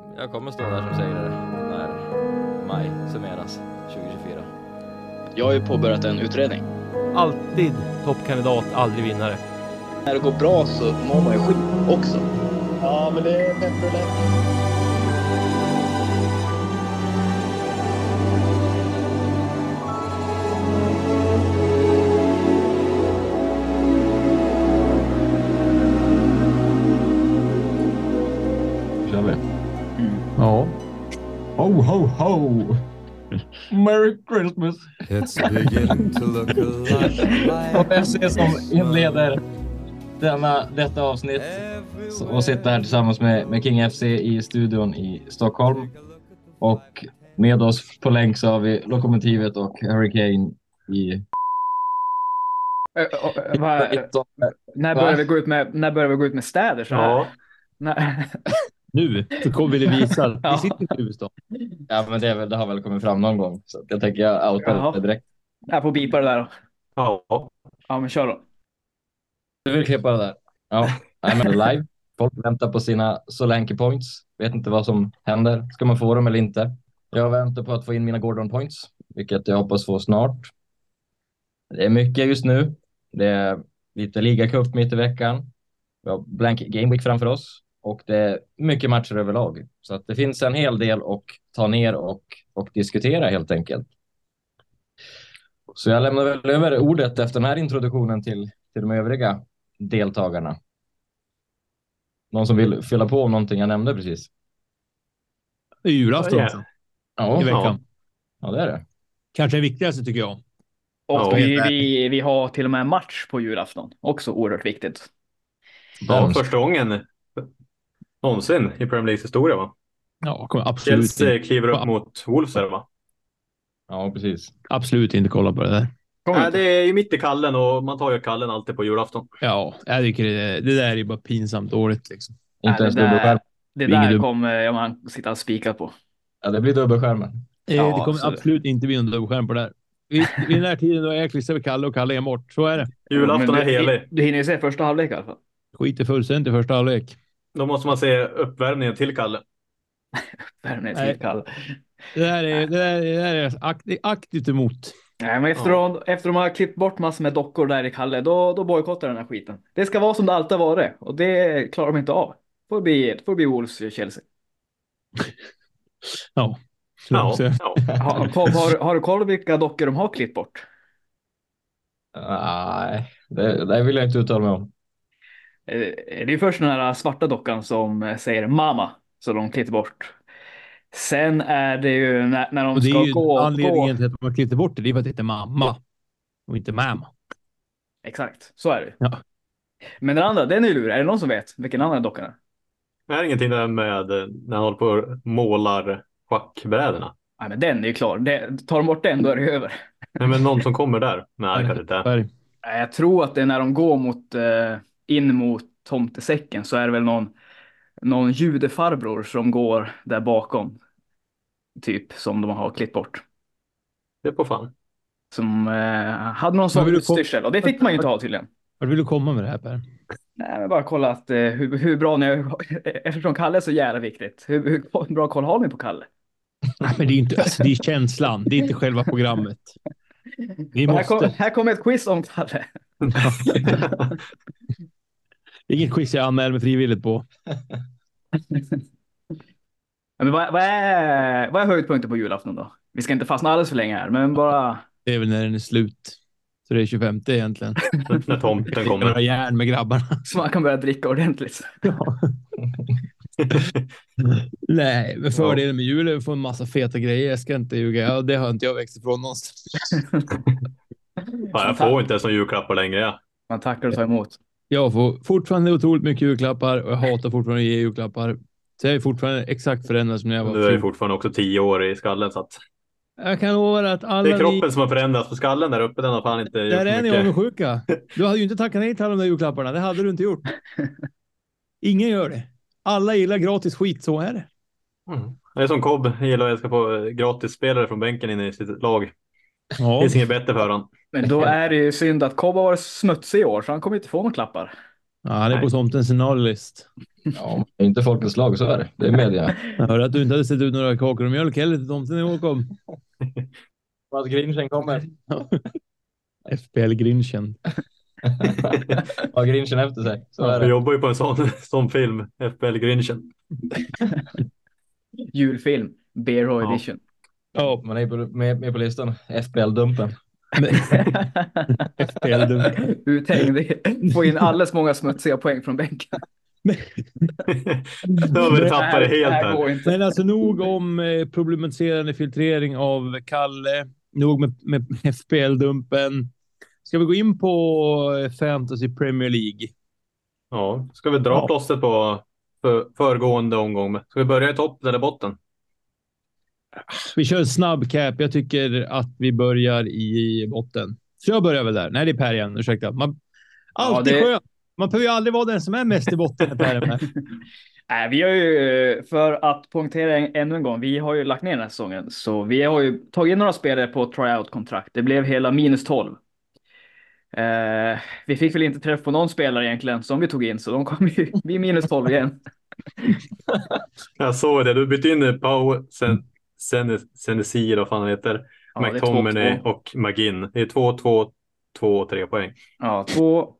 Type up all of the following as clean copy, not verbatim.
Jag kommer stå där som segrare när maj summeras 2024. Jag har ju påbörjat en utredning. Alltid toppkandidat, aldrig vinnare. När det går bra så mår man ju skit också. Ja, men det är bättre och lätt. Kör vi? Ja. Ho, ho, ho! Merry Christmas! It's beginning to look like Och FC som inleder detta avsnitt och sitter här tillsammans med King FC i studion i Stockholm. Och med oss på länk så har vi Lokomotivet och Hurricane i... När börjar vi gå ut med städer så här? Ja. Nu, för kom vill visa att vi sitter i huvudstaden. Ja, men det har väl kommit fram någon gång. Så jag tänker jag outar det direkt. Jag får bipa det där då. Ja. Ja, men kör då. Du vill klippa det där? Ja, I'm live. Folk väntar på sina Solanke points. Vet inte vad som händer. Ska man få dem eller inte? Jag väntar på att få in mina Gordon points, vilket jag hoppas få snart. Det är mycket just nu. Det är lite ligacup mitt i veckan. Vi har blank game week framför oss. Och det är mycket matcher överlag. Så att det finns en hel del att ta ner och diskutera helt enkelt. Så jag lämnar väl över ordet efter den här introduktionen till de övriga deltagarna. Någon som vill fylla på om någonting jag nämnde precis? Det är julafton Ja. alltså, Ja, i veckan. ja, det är det. Kanske det viktigaste tycker jag. Och Ja. vi har till och med en match på julafton. Också oerhört viktigt. Ja, första gången någonsin i Premier Leagues historia, va? Ja, kommer absolut, Chelsea kliver upp mot Wolves här, va? Ja, precis. absolut inte kolla på det där. Nej, det är ju mitt i kallen och man tar ju kallen alltid på julafton. Ja, jag tycker det där är bara pinsamt dåligt liksom. Inte ens det där, dubbelskärm. det Det är ingen där kommer man sitta och spika på. Ja, det blir dubbelskärmen. Ja, Det kommer absolut. absolut inte bli en dubbelskärm på det här. Vid den här tiden då är jag klistrad vid Kalle och Kalle är bort. Så är det. Julafton Men är helig. Du hinner ju se första halvlek i alla fall. Skiter fullständigt i första halvlek. Då måste man se uppvärmningen till Kalle. Värmningen Nej. till Kalle. Det där är aktivt emot. Nej, men efter de har klippt bort massor med dockor där i Kalle, då bojkottar den här skiten. Det ska vara som det alltid har varit, och det klarar de inte av. Får bli Wolves i Chelsea. Ja. Ja, Så- ja. Har du koll vilka dockor de har klippt bort? Nej, det vill jag inte uttala mig om. Det är ju först den här svarta dockan som säger mamma, så de klippt bort. Sen är det ju när de Och det är ska ju gå. anledningen till att man klippte bort det. Det är för att det heter mamma och inte mamma. Exakt, så är det. Ja. Men den andra, den är ju lurig. Är det någon som vet vilken andra dockan är? Det är ingenting där med när han håller på och målar schackbrädorna. Nej, men den är ju klar. Tar de bort den, då är det över. Nej, men någon som kommer där. Nej, kanske inte. Färg. Nej, jag tror att det är när de går in mot tomtesäcken, så är det väl någon judefarbror som går där bakom. Typ som de har klippt bort. Det är på fan. Som hade någon sån vill du utstyrsel. Och det fick man ju inte ha tydligen. Vart vill du komma med det här, Per? Nej, men bara kolla att hur bra ni är. Eftersom Kalle är så jävla viktigt. Hur bra koll har ni på Kalle? Nej, men det är inte, alltså, det är känslan. Det är inte själva programmet. Vi Och måste. här kommer ett quiz om Kalle. Inget quiz jag anmäler mig frivilligt på. Men vad är höjdpunkten på julafton då? Vi ska inte fastna alldeles för länge här, men bara... Det är väl när den är slut. Så det är 25 egentligen. När tomten Några kommer. järn med grabbarna. Så man kan börja dricka ordentligt. Nej, men fördelen med jul är att få en massa feta grejer. Jag ska inte ljuga. Ja, det har inte jag växt ifrån någonstans. Ja, jag får inte som julklappar längre. Ja. Man tackar och tar emot. Jag får fortfarande otroligt mycket julklappar och jag hatar fortfarande att ge julklappar. Så jag är fortfarande exakt förändrad som när jag var Du är ju 14. fortfarande också 10 år i skallen. Så att Jag kan lova att alla det är kroppen som har förändrats på skallen där uppe. Den har fan inte gjort där är så ni mycket. avundsjuka. Du hade ju inte tackat nej till alla de där julklapparna. Det hade du inte gjort. Ingen gör det. Alla gillar gratis skit, så är det. Mm. Det är som Cobb gillar att jag ska få gratis spelare från bänken in i sitt lag. Det Ja. finns inget bättre för han. Men då är det ju synd att Cobb har varit smutsig i år, så han kommer inte få några klappar. Ja, han är på tomtens scenariolist. Ja, det är inte folkets lag, så är det. Det är media. Jag hörde att du inte hade sett ut några kakor och mjölk heller till tomten i år kom. Att Grinchen kommer. FPL Grinchen. Har Grinchen efter sig. Så är Vi det. jobbar ju på en sån film, FPL Grinchen. Julfilm, Bear Hall Ja. Edition. Ja, Man är med på listan. FPL-dumpen. FPL du. Uthängd. Få in alldeles många smutsiga poäng från bänken. Nu har vi tappat det helt här här. går inte. Men alltså nog om problematiserande filtrering av Kalle. Nog med FPL-dumpen. Ska vi gå in på Fantasy Premier League? Ja, ska vi dra plåstret på föregående omgång? Ska vi börja i topp eller botten? Vi kör en snabb cap. Jag tycker att vi börjar i botten. Så jag börjar väl där. Nej, det är Per igen. Ursäkta. Alltid skönt. Man behöver ju aldrig vara den som är mest i botten. Nej, vi har ju, för att poängtera ännu en gång, vi har ju lagt ner den här säsongen. Så vi har ju tagit in några spelare på tryout-kontrakt. Det blev hela -12. Vi fick väl inte träff på någon spelare egentligen som vi tog in, så de kom ju vi -12 igen. Jag såg det. Du bytte in Pau, Senesi, vad fan han heter. Ja, det är McTominay 2-2. och McGinn. Det är 2-2, 2-3 poäng. Ja, 2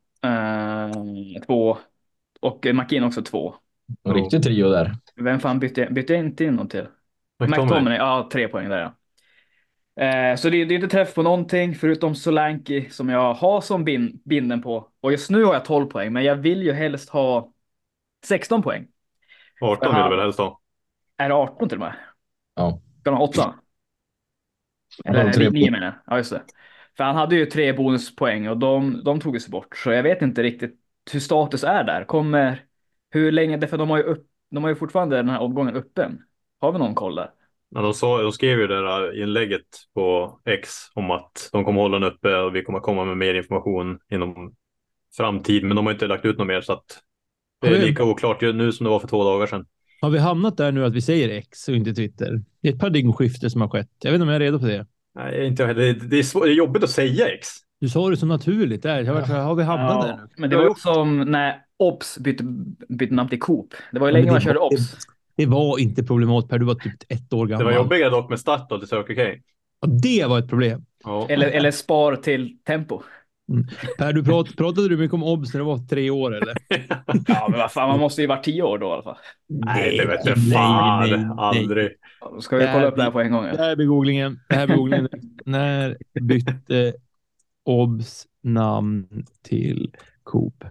och McKinn också 2. En riktig trio där. Vem fan bytte jag inte in någon till? McTominay. McTominay, ja, 3 poäng där ja. Så det är inte träff på någonting förutom Solanke som jag har som binden på. Och just nu har jag 12 poäng, men jag vill ju helst ha 16 poäng. 18 vill du väl helst ha? Är det 18 till och med? Ja. Ska han ha 8? Han har Eller 3 9 menar jag. Ja, just det. För han hade ju 3 bonuspoäng och de tog sig bort. Så jag vet inte riktigt hur status är där. Hur länge, därför de har ju fortfarande den här omgången öppen. Har vi någon koll där? Ja, de skrev ju det där inlägget på X om att de kommer hålla den uppe och vi kommer komma med mer information inom framtid. Men de har inte lagt ut något mer, så att det är lika oklart nu som det var för 2 dagar sedan. Har vi hamnat där nu att vi säger X och inte Twitter? Det är ett paradigmskifte som har skett. Jag vet inte om jag är redo på det. Nej, inte heller. Det är jobbigt att säga X. Du sa det så naturligt där. Har vi hamnat där nu? Men det var ju som när Obs bytte namn till Coop. Det var ju länge man körde Obs. Det var inte problemat Per, du var typ 1 år gammal. Det var jobbigare dock med Statoil till Circle K. Ja, det var ett problem. Ja. Eller spar till Tempo. Per, pratade du mycket om Obs när du var 3 år eller? Ja, men vad fan, man måste ju vara 10 år då i alla fall. Nej, det vet jag fan. Aldrig. Då ska vi kolla upp det här på en gång. Det här blir googlingen. När bytte Obs namn till Coop?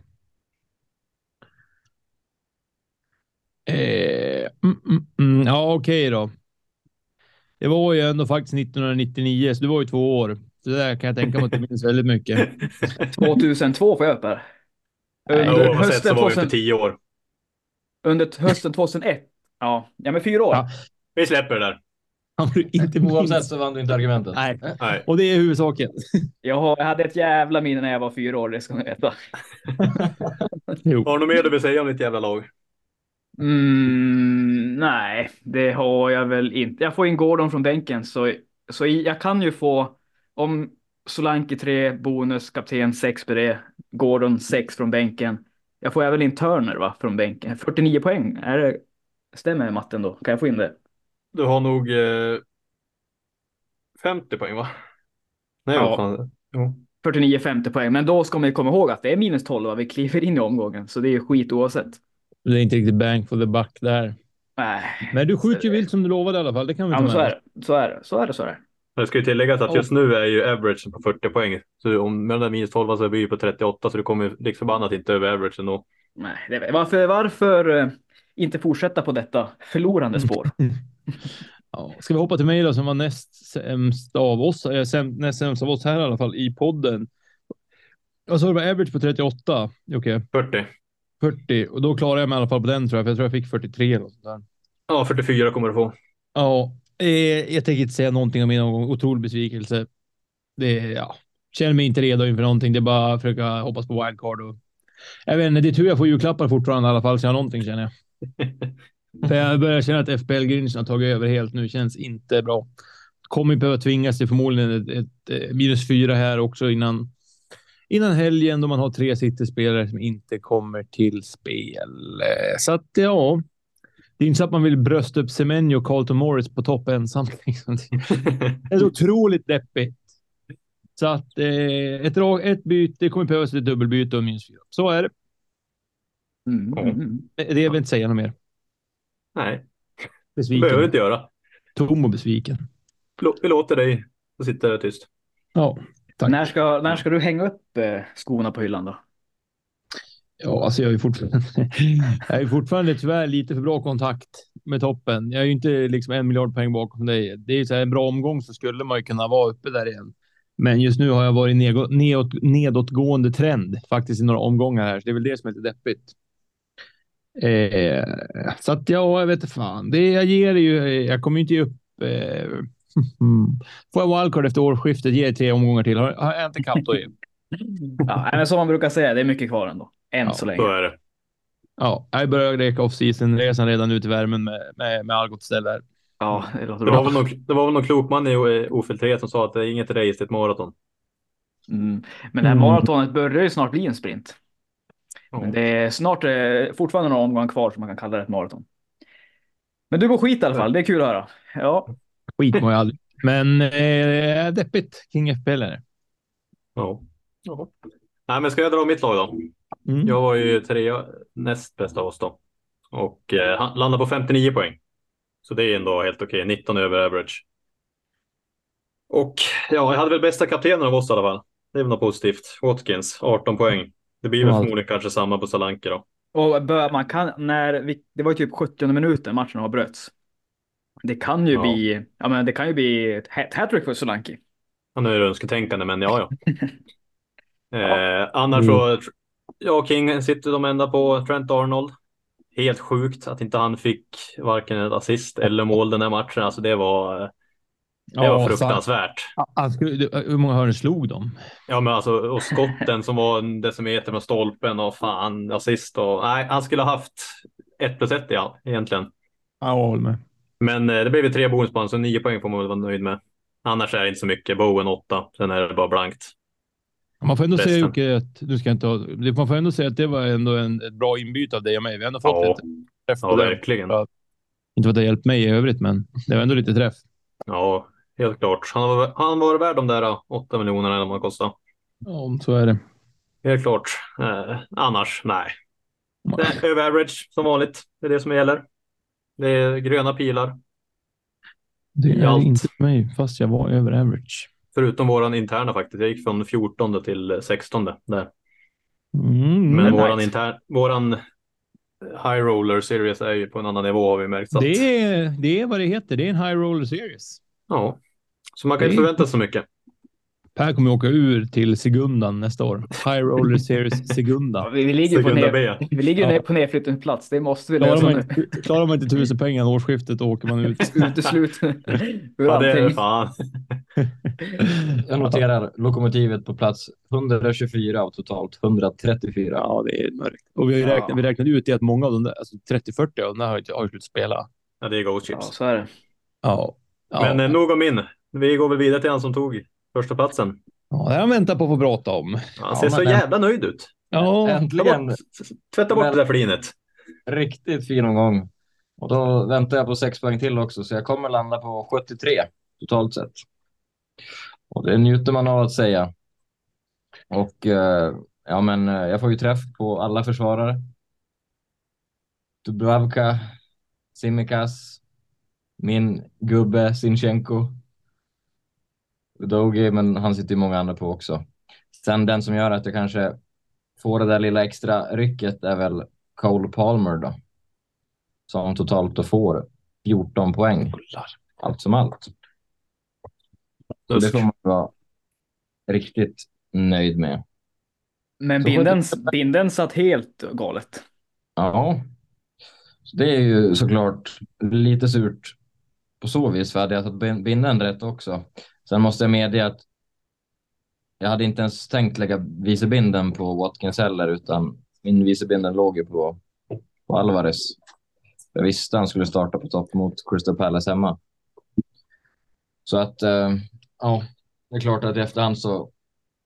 Ja, okej då. Det var ju ändå faktiskt 1999, så det var ju 2 år. Så det där kan jag tänka mig att det minns väldigt mycket. 2002 får jag upp här. Oavsett så var vi för 10 år. Under hösten 2001. Ja, men 4 år. Ja. Vi släpper det där. Inte Oavsett så vann du inte argumentet. Nej, Nej. och det är huvudsaken. Jag hade ett jävla minne när jag var 4 år, det ska ni veta. Jo. Har du något mer du vill säga om ditt jävla lag? Nej, det har jag väl inte. Jag får in Gordon från bänken, så jag kan ju få, om Solanke 3, bonus, kapten 6 på det, Gordon 6 från bänken. Jag får även in Turner från bänken. 49 poäng, stämmer matten då? Kan jag få in det? Du har nog 50 poäng, va? Nej, Ja. vad fan. Jo. 49-50 poäng, men då ska man komma ihåg att det är -12 vi kliver in i omgången, så det är skit oavsett. Det är inte riktigt bang for the buck där. Nej. Men du skjuter ju vilt som du lovade i alla fall. Det kan vi Ja, ta men med. så är det. Jag ska ju tillägga att just nu är ju average på 40 poäng. Så om med den där -12 så blir det på 38, så det kommer liksom inte över average ändå. Nej, varför inte fortsätta på detta förlorande spår? Ja, ska vi hoppa till mig då som var näst sämst av oss här i alla fall i podden. Och så var det average på 38. Okej. 40. Och då klarar jag mig i alla fall på den, tror jag. För jag tror jag fick 43 eller sånt där. Ja, 44 kommer du få. Ja, jag tänker inte säga någonting om min omgång. Otrolig besvikelse. Känner mig inte redo inför någonting. Det är bara att försöka hoppas på wildcard. Och jag vet inte, det är tur jag får julklappar fortfarande i alla fall. Så jag har någonting, känner jag. För jag börjar känna att FPL Grinchen har tagit över helt nu. Känns inte bra. Kommer ju behöva tvingas till förmodligen ett -4 här också innan innan helgen då man har 3 City-spelare som inte kommer till spel. Så att ja, det är inte så att man vill brösta upp Semenyo och Carlton Morris på topp ensamt. Det är så otroligt deppigt. Så att ett byte kommer behövas, ett dubbelbyte och minus 4. Så är det. Det vill inte säga något mer. Nej, Besviken. det behöver inte göra. Tom och besviken. Vi låter dig och sitta där tyst. Ja, tack. När ska du hänga upp skorna på hyllan då? Ja, alltså jag är fortfarande tyvärr lite för bra kontakt med toppen. Jag är ju inte liksom 1 miljard poäng bakom dig. Det är ju så här en bra omgång så skulle man ju kunna vara uppe där igen. Men just nu har jag varit nedåtgående trend faktiskt i några omgångar här. Så det är väl det som är lite deppigt. Så att ja, jag vet inte fan. Det jag ger är ju, jag kommer ju inte ge upp. Får jag wildcard efter årsskiftet, ge 3 omgångar till. Har jag inte kappt då? Ja, men som man brukar säga, det är mycket kvar ändå. Än så länge. Så är det. Ja, jag börjar reka off-season-resan redan ut i värmen med Algot ställer. Ja, det låter Det bra. var väl någon klok man i ofiltrerat som sa att det är inget race, det är ett maraton. Men det här maratonet börjar ju snart bli en sprint. Ja. Men det är snart fortfarande några omgångar kvar som man kan kalla det ett maraton. Men du går skit i alla fall, det är kul att höra. Ja. Skit må jag aldrig. Men deppigt kring FPL är det. Ja. Nej, men ska jag dra mitt lag då? Jag var ju 3 näst bästa av oss då. Och landade på 59 poäng. Så det är ändå helt okej. 19 över average. Och ja, jag hade väl bästa kaptenen av oss i alla fall. Det är väl något positivt. Watkins, 18 poäng. Det blir väl förmodligen kanske samma på Solanke då. Och man kan, det var ju typ 70 minuter matchen har bröts. Det kan ju bli, det kan ju bli ett hattrick för Solanke. Han är önsketänkande, men ja. Annars så, King sitter de ända på Trent Arnold. Helt sjukt att inte han fick varken ett assist eller mål den här matchen. Alltså det var fruktansvärt. Hur många hörnor slog de? Ja, men alltså, och skotten som var en decimeter med stolpen och fan assist. Och, nej, han skulle ha haft 1+1 egentligen. Ja, håller med. Men det blev 3 bonuspoäng, så 9 poäng får man väl vara nöjd med. Annars är det inte så mycket. Bowen 8, sen är det bara blankt. Man får ändå säga Jocke, att man får ändå säga att det var ändå ett bra inbyte av dig och mig. Vi har ändå fått lite träff. Ja, verkligen. Inte för att det har hjälpt mig i övrigt, men det var ändå lite träff. Ja, helt klart. Han var värd de där 8 miljonerna de har kostat. Ja, så är det. Helt klart. Annars, nej. Det är över average som vanligt. Det är det som gäller. Det är gröna pilar. Det är inte för mig, fast jag var över average. Förutom våran interna faktiskt. Jag gick från 14 till 16 där. Men våran high roller series är ju på en annan nivå har vi märkt. Så det är vad det heter. Det är en high roller series. Ja, så man kan inte förvänta sig så mycket. Per kommer åka ur till Segundan nästa år. High roller series Segunda. Ja, vi ligger ner på nedflyttningsplats. Det måste vi lösa nu. Klarar man inte 1000 pengar årsskiftet, åker man ut. Uteslut. Ja, det är fan. Jag noterar lokomotivet på plats 124 av totalt 134. Ja, det är mörkt. Och vi räknade ut det att många av dem där, alltså 30-40 av dem har ju slutat spela. Ja, det är Ghost Chips. Ja, så är det. Ja. Men nog om min. Vi går väl vidare till han som tog första platsen. Ja, det har jag väntat på att få prata om. Han ser så jävla nöjd ut. Ja, äntligen. Tvätta bort det där flinet. Riktigt fin omgång. Och då väntar jag på 6 poäng till också, så jag kommer landa på 73 totalt sett. Och det njuter man av att säga. Och jag får ju träff på alla försvarare. Dubravka, Simikas, min gubbe Sinchenko, Udogi, men han sitter ju många andra på också. Sen den som gör att jag kanske får det där lilla extra rycket är väl Cole Palmer då. Som totalt då får 14 poäng. Allt som allt. Så det får man vara riktigt nöjd med. Men binden satt helt galet. Ja. Så det är ju såklart lite surt på så vis, för hade jag tagit binden rätt också. Sen måste jag medge att jag hade inte ens tänkt lägga vicebinden på Watkins heller, utan min vicebinden låg ju på Alvarez. Jag visste han skulle starta på topp mot Crystal Palace hemma. Så att, det är klart att i efterhand så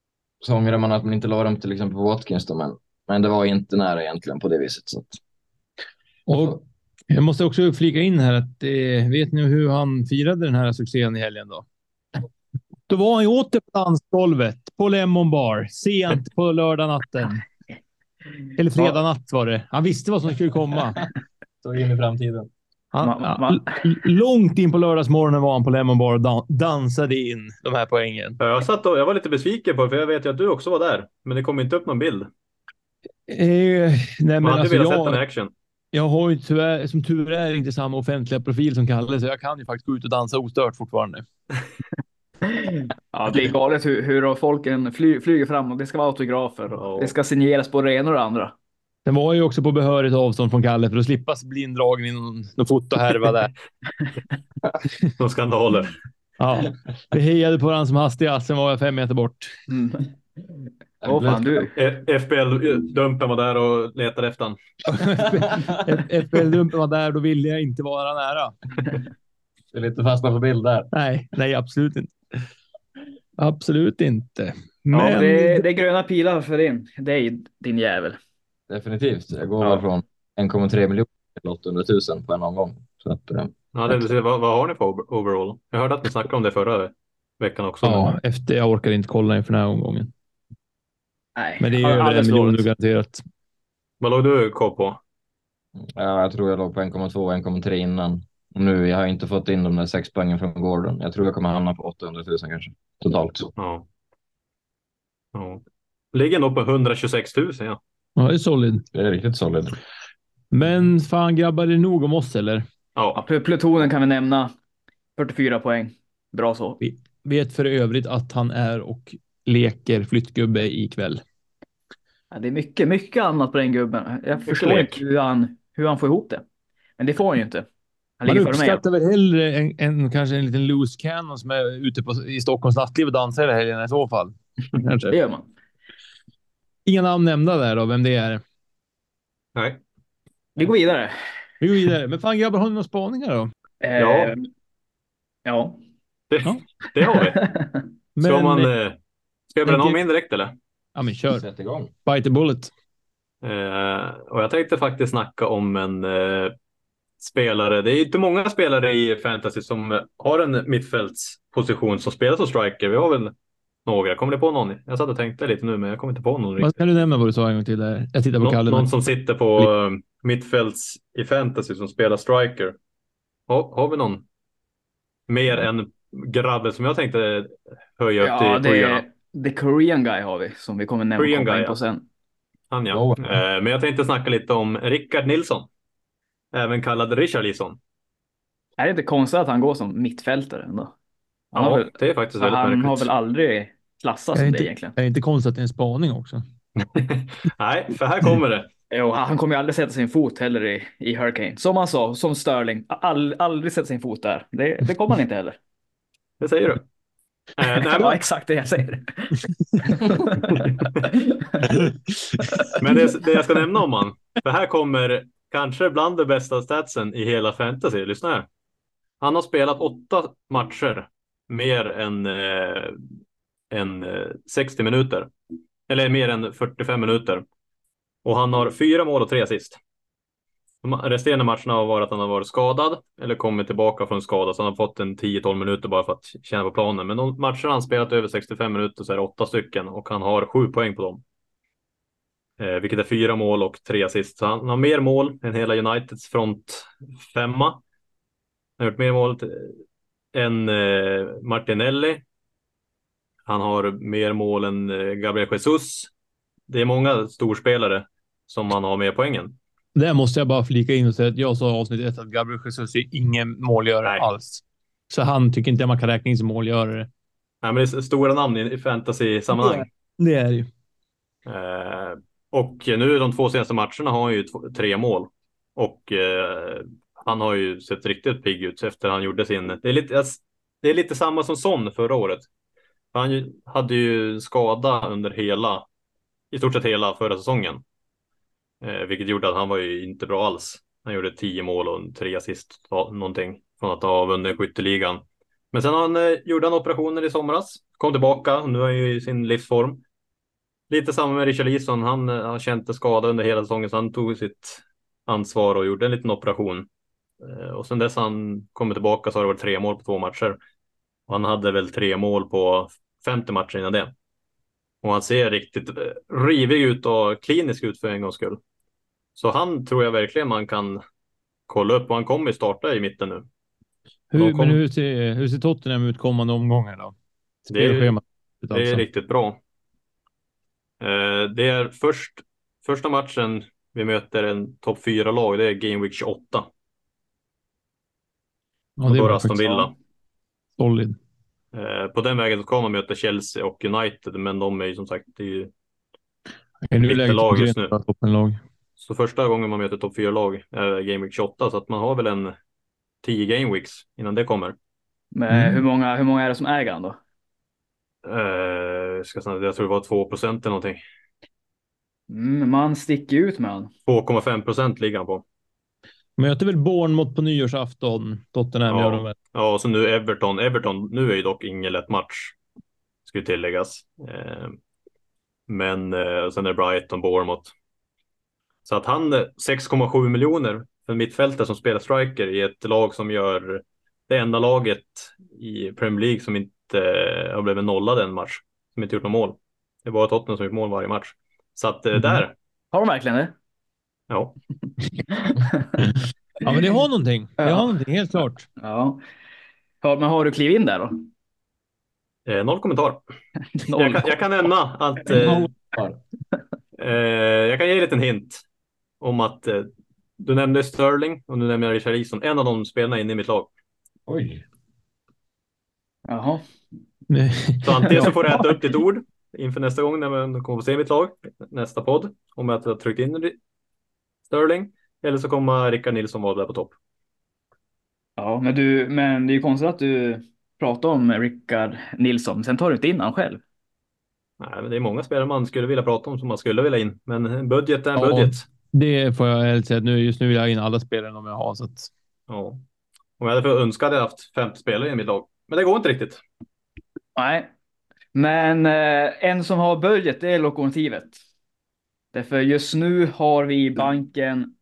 så ångrar man att man inte la dem till exempel på Watkins då, men det var inte nära egentligen på det viset. Så att... Och jag måste också flika in här att vet ni hur han firade den här succén i helgen då? Då var han ju åter på dansgolvet på Lemon Bar sent på lördag natten. Eller fredag natt var det. Han visste vad som skulle komma. Så in i framtiden. Långt in på lördagsmorgonen var han på Lemon Bar och dansade in de här poängen. Jag var lite besviken på det, för jag vet ju att du också var där. Men det kom inte upp någon bild. Nej, men Man hade alltså velat sett den i action. Jag har ju tyvärr, som tur är, inte samma offentliga profil som Kalle, så jag kan ju faktiskt gå ut och dansa ostört fortfarande. Ja, det är galet hur folken flyger fram och det ska vara autografer och det ska signeras på det ena och det andra. Den var ju också på behörigt avstånd från Kalle för att slippa bli indragen i någon fotohärva där. De skandaler. Ja, vi hejade på den som hastigast, sen var jag 5 meter bort. Fan, du. FBL-dumpen var där och letade efter han. FBL-dumpen var där, då ville jag inte vara nära. Det är lite fastna på bild där. Nej, absolut inte. Absolut inte. Men... Ja, det är gröna pilar för din jävel. Definitivt. Jag går väl från 1,3 miljoner till 800 000 på en omgång. Så att, vad har ni för overall? Jag hörde att ni snackade om det förra veckan också. Ja, jag orkar inte kolla inför den här omgången. Nej, men det är över 1 miljon garanterat. Vad låg du på? Ja, jag tror jag låg på 1,2-1,3 innan. Nu jag har inte fått in de där 6 poängen från Gordon. Jag tror jag kommer hamna på 800 000 kanske. Totalt. Ja. Ligger nog på 126 000, ja. Ja, det är solid. Det är riktigt solid. Men fan grabbar, det är nog om oss eller? Ja, plutonen kan vi nämna. 44 poäng. Bra så. Vi vet för övrigt att han är och leker flyttgubbe ikväll. Ja, det är mycket annat på den gubben. Jag förstår inte hur han får ihop det. Men det får han ju inte. Man uppskattar väl hellre en kanske en liten loose cannon som är ute i Stockholms nattliv och dansar hela helgen i så fall. Kanske. Det gör man. Inga namn nämnda där då, vem det är. Nej. Vi går vidare. Men fan grabbar, har ni några spaningar då? Ja. Det har vi. Ska jag bränna om in direkt eller? Ja, men kör. Sätt igång. Bite the bullet. Och jag tänkte faktiskt snacka om en spelare. Det är inte många spelare i fantasy som har en mittfältsposition som spelar som striker. Vi har väl några. Kommer det på någon? Jag satt och tänkte lite nu, men jag kommer inte på någon. Vad kan du nämna vad du sa en gång till där? Jag tittar på Kalle. Någon som sitter på mittfälts i fantasy som spelar striker. Har vi någon mer än grabben som jag tänkte höja upp till Korean? The Korean guy har vi som vi kommer nämna in på sen. Han ja. Men jag tänkte snacka lite om Rickard Nilsson. Även kallad Richarlison. Är det inte konstigt att han går som mittfältare ändå? Det är faktiskt väldigt märkligt. Han har väl aldrig klassats som det egentligen. Är det inte konstigt att det är en spaning också? Nej, för här kommer det. Jo, han kommer ju aldrig sätta sin fot heller i Hurricane. Som han sa, som Sterling. Aldrig sätta sin fot där. Det kommer han inte heller. Det säger du. Ja, exakt det jag säger. Men det jag ska nämna om han. För här kommer kanske bland de bästa statsen i hela fantasy. Lyssna här. Han har spelat 8 matcher mer än 60 minuter. Eller mer än 45 minuter. Och han har 4 mål och 3 assist. De resterande matcherna har varit att han har varit skadad eller kommit tillbaka från skada, så han har fått en 10-12 minuter bara för att känna på planen. Men de matcher han spelat över 65 minuter så är det 8 stycken och han har 7 poäng på dem. Vilket är 4 mål och 3 assist. Så han har mer mål än hela Uniteds front 5. Han har gjort mer mål än Martinelli. Han har mer mål än Gabriel Jesus. Det är många storspelare som han har med poängen. Där måste jag bara flika in och säga att jag sa avsnitt 1 att Gabriel Jesus är ingen målgörare alls. Så han tycker inte jag man kan räkna in som målgörare. Nej, men det är stora namn i fantasy-sammanhang. Det är det ju. Och nu de 2 senaste matcherna har han ju 3 mål. Och han har ju sett riktigt pigg ut efter han gjorde sin... Det är lite samma som Son förra året. Han hade ju skada under i stort sett hela förra säsongen. Vilket gjorde att han var ju inte bra alls. Han gjorde 10 mål och 3 assist någonting från att ha vunnit skytteligan. Men sen gjorde han operationer i somras. Kom tillbaka och nu är han ju i sin livsform. lite samma med Richarlison. Han har känt sig skadad under hela säsongen, så han tog sitt ansvar och gjorde en liten operation. Och sen dess han kommer tillbaka så har det varit 3 mål på 2 matcher. Och han hade väl 3 mål på 50 matcher innan det. Och han ser riktigt rivig ut och klinisk ut för en gångs skull. Så han tror jag verkligen man kan kolla upp. Och han kommer starta i mitten nu. Men hur ser Tottenham ut kommande omgångar då? Spelschemat. Det är riktigt bra. Det är första matchen vi möter en topp 4-lag. Det är Game Week 28. Ja, och då är Aston Villa. Solid. På den vägen så kan man möta Chelsea och United, men de är ju som sagt det är ju lag just nu. Så första gången man möter topp 4-lag är Game Week 28, så att man har väl en 10 Game Weeks innan det kommer. Men hur många är det som äger han då? Jag tror det var 2% eller någonting. Man sticker ut med han. 2,5% ligger han på. Möter väl Bournemouth på nyårsafton. Tottenham gör de väl. Ja, och så nu Everton. Nu är ju dock ingen lätt match, skulle tilläggas. Men sen är det Brighton, Bournemouth. Så att han 6,7 miljoner för mittfältare som spelar striker i ett lag som gör det enda laget i Premier League som inte har blivit nollad en match. Som inte gjort något mål. Det var Tottenham som gjort mål varje match. Så att där. Har de verkligen det? Ja. Ja, men det har någonting. Det har någonting, helt klart. Ja. Men har du klivit in där då? 0 kommentar. Jag kan nämna att jag kan ge en liten hint om att du nämnde Sterling och nu nämnde jag Richarlison. En av de spelarna inne i mitt lag. Oj. Jaha. Så antingen så får du äta upp ditt ord inför nästa gång när man kommer att se mitt lag, nästa podd, om jag har tryckt in Sterling, eller så kommer Rickard Nilsson vara där på topp. Ja, men det är ju konstigt att du pratar om Rickard Nilsson, sen tar du inte in han själv. Nej, men det är många spelare man skulle vilja prata om som man skulle vilja in, men en budget är en budget. Det får jag helt säga. Just nu vill jag in alla spelare om jag har. Så att... Ja. Om jag hade önskat haft 50 spelare i mitt lag, men det går inte riktigt. Nej, men en som har budget, det är Lokomotivet. Därför just nu har vi i banken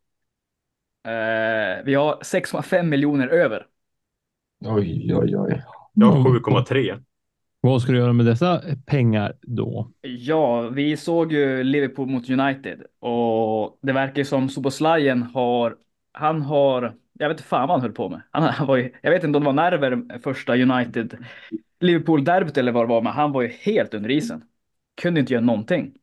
vi har 6,5 miljoner över. Oj. Jag har 7,3. Vad ska du göra med dessa pengar då? Ja, vi såg ju Liverpool mot United och det verkar som Soboslajen han har, jag vet inte fan vad han höll på med. Jag vet inte om det var nerver första United Liverpool-derbyt eller vad det var, men han var ju helt under isen. Kunde inte göra någonting.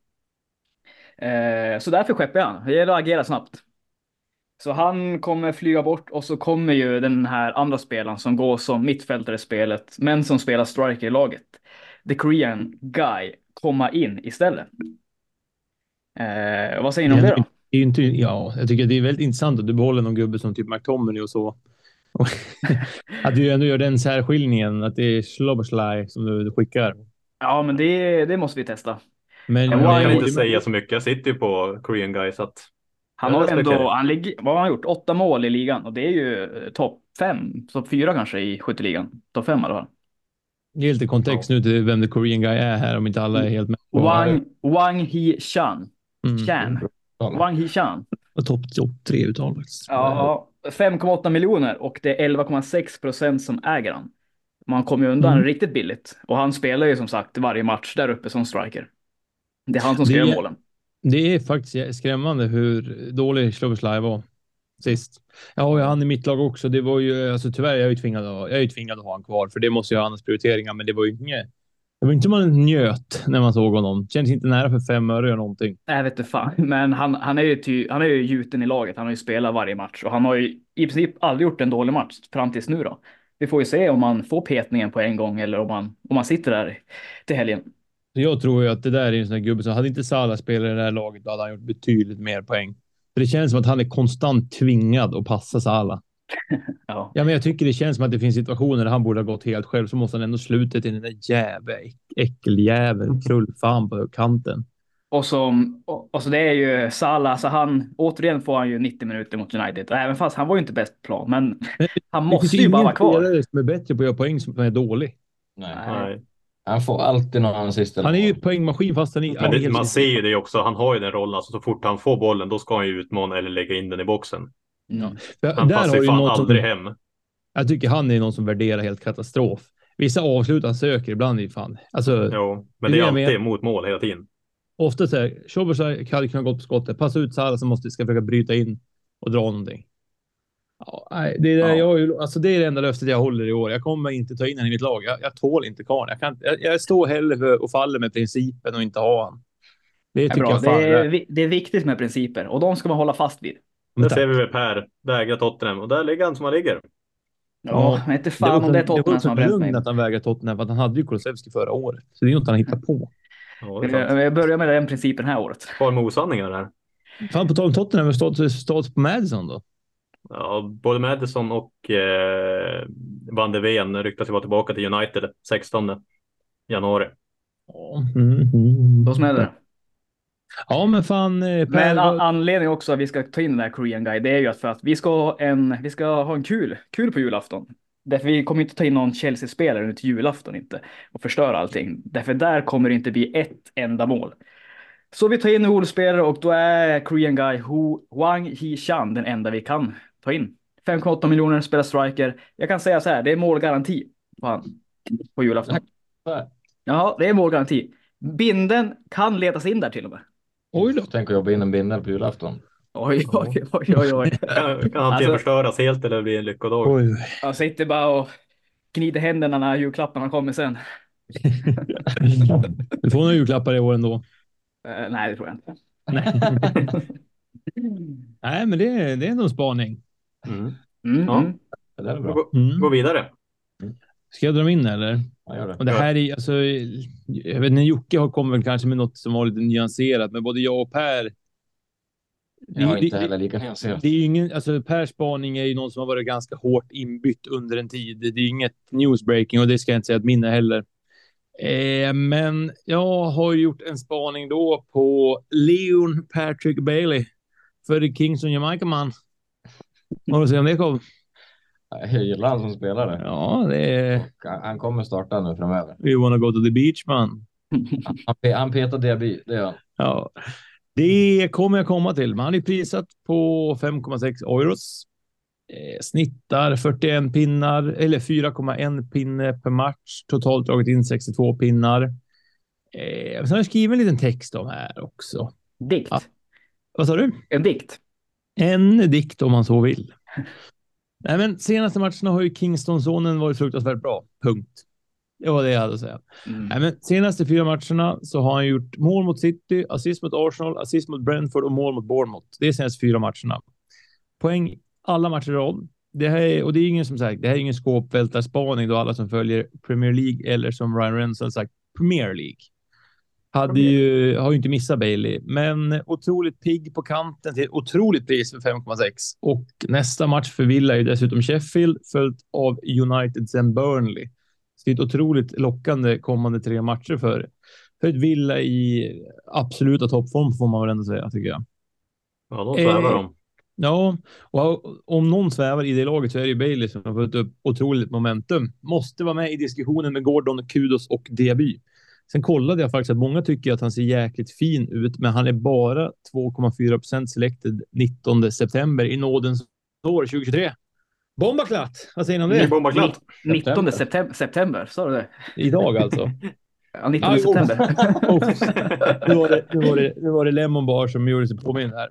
Så därför skeppar han. Det gäller att agera snabbt. Så han kommer flyga bort och så kommer ju den här andra spelaren som går som mittfältare i spelet, men som spelar striker i laget. The Korean Guy komma in istället. Vad säger ni om det då? Jag tycker det är väldigt intressant att du behåller någon gubbe som typ McTominay och så. Att du ändå gör den särskiljningen att det är Sloboslaj som du skickar. Ja, men det måste vi testa. Men jag kan inte säga så mycket. Jag sitter ju på Korean Guy så att han har ändå, vad har han gjort? 8 mål i ligan och det är ju topp 5, topp 4 kanske i skytteligan. Topp 5 i alla fall. Ge lite kontext nu till vem the Korean Guy är här om inte alla är helt med. Wang Hee-chan. Wang Hee-chan. Topp 3 uttal faktiskt. Ja, 5,8 miljoner och det är 11,6% som äger han. Man kommer ju undan riktigt billigt. Och han spelar ju som sagt varje match där uppe som striker. Det är han som ska göra målen. Det är faktiskt skrämmande hur dålig Sloboslaj var sist. Jag har ju han i mitt lag också. Det var ju, alltså tyvärr, jag är ju tvingad att ha han kvar. För det måste ju ha hans prioriteringar. Men det var ju inte man njöt när man såg honom. Känns inte nära för 5 öre eller någonting. Jag vet inte fan. Men han är ju gjuten i laget. Han har ju spelat varje match. Och han har ju i princip aldrig gjort en dålig match fram tills nu då. Vi får ju se om man får petningen på en gång eller om man sitter där till helgen. Jag tror ju att det där är en sån här gubbe som hade inte Salah spelat i det här laget då hade han gjort betydligt mer poäng. För det känns som att han är konstant tvingad att passa Salah. Ja, men jag tycker det känns som att det finns situationer där han borde ha gått helt själv så måste han ändå sluta till den där äckeljäveln krullfan på kanten. Och så det är ju Salah, så återigen får han ju 90 minuter mot United. Även fast han var ju inte bäst plan, men han måste ju bara vara kvar. Det som är bättre på att göra poäng som är dålig. Nej. Han får alltid någon assist. Han är ju poängmaskin fast han är... Men man ser ju det också. Han har ju den rollen. Alltså, så fort han får bollen, då ska han ju utmana eller lägga in den i boxen. Mm. Han passar ju fan aldrig hem. Jag tycker han är någon som värderar helt katastrof. Vissa avslut han söker ibland är fan. Alltså, jo, men det är alltid mot mål hela tiden. Ofta så här, Szoboszlai hade kunnat gå på skottet. Passa ut Salah som ska försöka bryta in och dra någonting. Ja, nej, det är alltså det är det enda löftet jag håller i år. Jag kommer inte ta in han i mitt lag. Jag tål inte karln. Jag står hellre för och faller med principen och inte ha han. Det tycker jag fan. Det är viktigt med principer och de ska man hålla fast vid. Där ser vi väl Per vägra Tottenham och där ligger han som han ligger. Ja, men inte fan om det är Tottenham som har bränt mig. Att han vägrar Tottenham för att han hade ju Kulusevski förra året. Så det är ju inte han hittar på. Ja, jag börjar med den principen här året. Var med osanningar där. Fan, på tal om Tottenham, stått på Madison då? Ja, både Madison och Van de Ven ryktas ju vara tillbaka till United 16 januari. Då smäller det. Ja, men fan... Men anledningen också att vi ska ta in den här Korean Guy, det är ju för att vi ska ha en kul på julafton. Därför vi kommer inte ta in någon Chelsea-spelare nu till julafton inte och förstöra allting. Därför där kommer det inte bli ett enda mål. Så vi tar in en Wolves-spelare och då är Korean Guy Hwang Hee-chan den enda vi kan ta in. 5,8 miljoner, spelar striker. Jag kan säga så här, det är målgaranti på julafton. Ja, det är målgaranti. Binden kan letas in där till och med. Oj då. Tänker jobba in en bindel på julafton. Oj. Kan antingen förstöras helt eller bli en lyckodag. Jag sitter bara och gnider händerna när julklapparna kommer sen. Du får några julklappar i år ändå. Nej, det tror jag inte. Nej, men det är ändå en spaning. Det är bra. Gå vidare. Ska jag dra dem in eller? Ja, gör det. Och det här är alltså, jag vet inte, Jocke har kommit kanske med något som var lite nyanserat, men både jag och Per. Jag har inte heller lika nyanserat. Det är ju ingen, alltså Pers spaning är ju någon som har varit ganska hårt inbytt under en tid. Det är inget newsbreaking och det ska jag inte säga att min är heller. Men jag har gjort en spaning då på Leon Patrick Bailey för Kingston Jamaica-man. Har du sett om det kom? Jag gillar han som spelare. Ja, det är... Han kommer starta nu framöver. We wanna go to the beach, man. Han petar Diaby, det gör han. Ja, det kommer jag komma till. Man är prissatt på 5,6 euros. Snittar 41 pinnar eller 4,1 pinne per match. Totalt dragit in 62 pinnar. Så har jag skrivit en liten text om här också. Dikt. Ja. Vad sa du? En dikt. En dikt om man så vill. Nej, men senaste matcherna har ju Kingston-sonen varit fruktansvärt bra. Punkt. Det var det jag hade att säga. Nej, men senaste 4 matcherna så har han gjort mål mot City, assist mot Arsenal, assist mot Brentford och mål mot Bournemouth. Det är senaste 4 matcherna. Poäng alla matcher i rad. Det här är, och det är ingen som sagt, det här är ingen skåpvältarspaning då alla som följer Premier League eller som Ryan Renson sagt Premier League. Har ju inte missat Bailey, men otroligt pigg på kanten till otroligt pris för 5,6. Och nästa match för Villa är ju dessutom Sheffield följt av United sen Burnley. Så det är ett otroligt lockande kommande 3 matcher för ett Villa i absoluta toppform får man väl ändå säga, tycker jag. Ja, de svävar de. Ja, och om någon svävar i det laget så är det ju Bailey som har fått upp otroligt momentum. Måste vara med i diskussionen med Gordon, Kudos och Diaby. Sen kollade jag faktiskt att många tycker att han ser jäkligt fin ut, men han är bara 2,4% selected 19 september i nådens år 2023. Bombaklatt! Vad säger ni om det? Bombaklatt. 19 september, sa du det? Idag alltså. Ja, 19 september. Nu var det Lemon Bar som gjorde sig påminn här.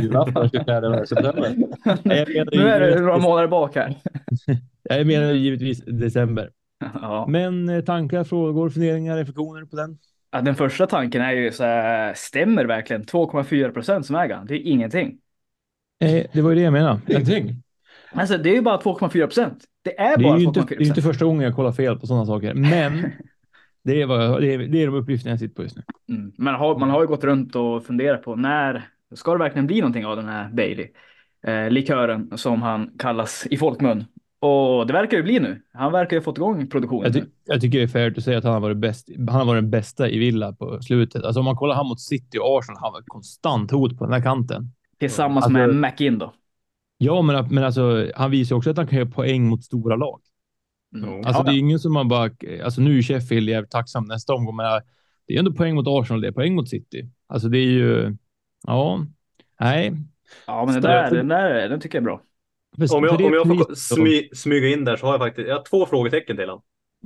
Nu är det några månader bak här. Jag menar givetvis december. Ja. Men tankar, frågor, funderingar, reflektioner på den? Ja, den första tanken är ju så här, stämmer verkligen 2,4% som äger? Det är ingenting. Det var ju det jag menade. Ingenting. Alltså det är ju bara 2,4%. Det är bara 2,4%. Det är inte första gången jag kollar fel på sådana saker. Men det är de uppgifterna jag sitter på just nu. Men man har ju gått runt och funderat på när ska det verkligen bli någonting av den här Bailey. Likören som han kallas i folkmun. Och det verkar ju bli nu. Han verkar ju ha fått igång produktionen. Jag tycker det är fair att säga att han har varit bäst. Han har varit den bästa i Villa på slutet. Alltså om man kollar han mot City och Arsenal, han var konstant hot på den här kanten. Tillsammans med McIn då. Ja, men alltså han visar också att han kan göra poäng mot stora lag. Alltså det är ingen som man bara... Alltså nu är Sheffield jävligt tacksam nästa omgång, men det är ändå poäng mot Arsenal, det är poäng mot City. Alltså det är ju... Ja, nej. Ja, men den tycker jag är bra. Om jag får smyga in där så har jag har 2 frågetecken till han.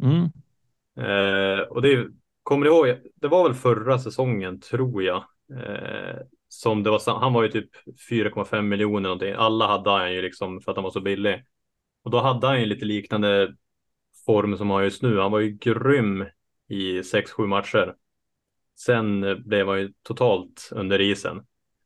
Och kommer ni ihåg, det var väl förra säsongen tror jag. Som det var, han var ju typ 4,5 miljoner någonting. Alla hade han ju liksom för att han var så billig. Och då hade han ju lite liknande form som han har just nu. Han var ju grym i 6-7 matcher. Sen blev han ju totalt under isen.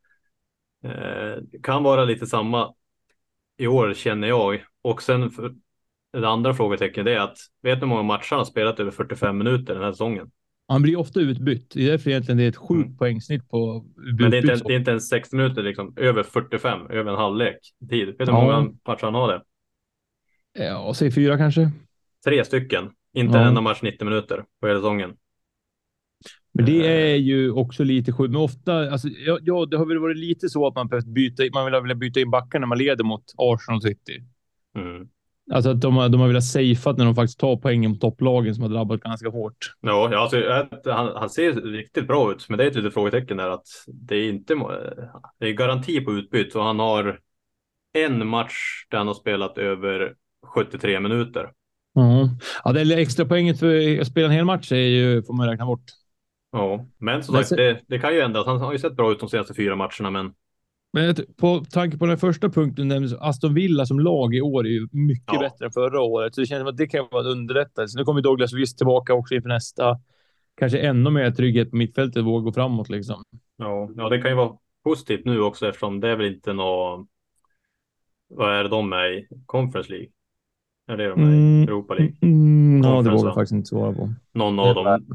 Kan vara lite samma i år känner jag. Och sen för det andra frågetecken är att vet du hur många matcher han har spelat över 45 minuter den här säsongen? Han blir ofta utbytt. Det är därför egentligen det är ett sjukt poängsnitt på utbytt. Men det är inte ens 60 minuter liksom. Över 45, över en halvlek tid. Vet du hur många matcher han har det? Ja, säg 4 kanske. 3 stycken. Inte en enda match 90 minuter på hela säsongen. Men det är ju också lite sjukt. Men ofta, alltså, ja, det har väl varit lite så att man behövt man vill byta in backar när man leder mot Arsenal City. Alltså att de har velat safea när de faktiskt tar poängen mot topplagen som har drabbat ganska hårt. Ja, alltså, han ser riktigt bra ut, men det är ett litet frågetecken där att det är garanti på utbytt och han har en match där han har spelat över 73 minuter. Ja, det är extra poänget för att spela en hel match är ju, får man räkna bort. Ja, men som sagt, det kan ju ändras. Han har ju sett bra ut de senaste 4 matcherna, men på tanke på den första punkten, Aston Villa som lag i år är ju mycket bättre än förra året. Så det känns som att det kan vara en underrättelse. Nu kommer Douglas Luiz tillbaka också inför nästa. Kanske ännu mer trygghet på mittfältet, våga gå framåt liksom. Ja, det kan ju vara positivt nu också eftersom det är väl inte något... Vad är det de är i? Conference League? Är det de är i Europa League? Ja, det vågar jag faktiskt inte svara på. Någon av dem.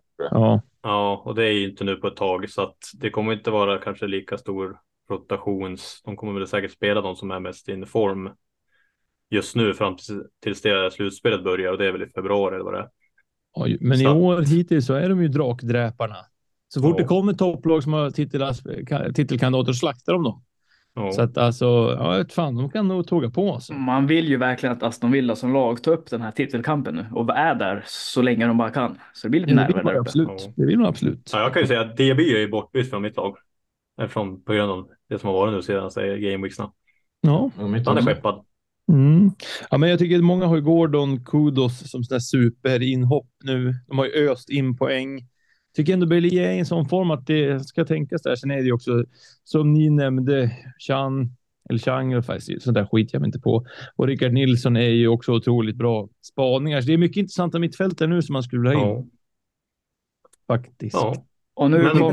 Ja, och det är ju inte nu på ett tag så att det kommer inte vara kanske lika stor rotations. De kommer väl säkert spela de som är mest in form just nu fram tills det slutspelet börjar och det är väl i februari eller vad det är. Ja, men så i år hittills så är de ju drakdräparna. Så fort det kommer topplag som har titelkandidater slaktar de dem. Så att alltså, ja, fan, de kan nog tåga på oss. Man vill ju verkligen att Aston Villa som lag tar upp den här titelkampen nu och är där så länge de bara kan. Så det blir lite nerver där uppe. Absolut. Det vill man absolut. Ja, jag kan ju säga att DB är ju bortbytt från mitt lag. Eftersom på grund av det som har varit nu sedan gameweeksna. Ja. Han är skeppad. Ja, men jag tycker att många har ju Gordon, Kudos som sådär superinhopp nu. De har ju öst in poäng. Tycker ändå Bellier är i en sån form att det ska tänkas där. Sen är det ju också, som ni nämnde, Chang, sånt där skit jag inte på. Och Rickard Nilsson är ju också otroligt bra spaningar. Så det är mycket intressanta mittfältare nu som man skulle vilja ha in. Faktiskt. Ja. Och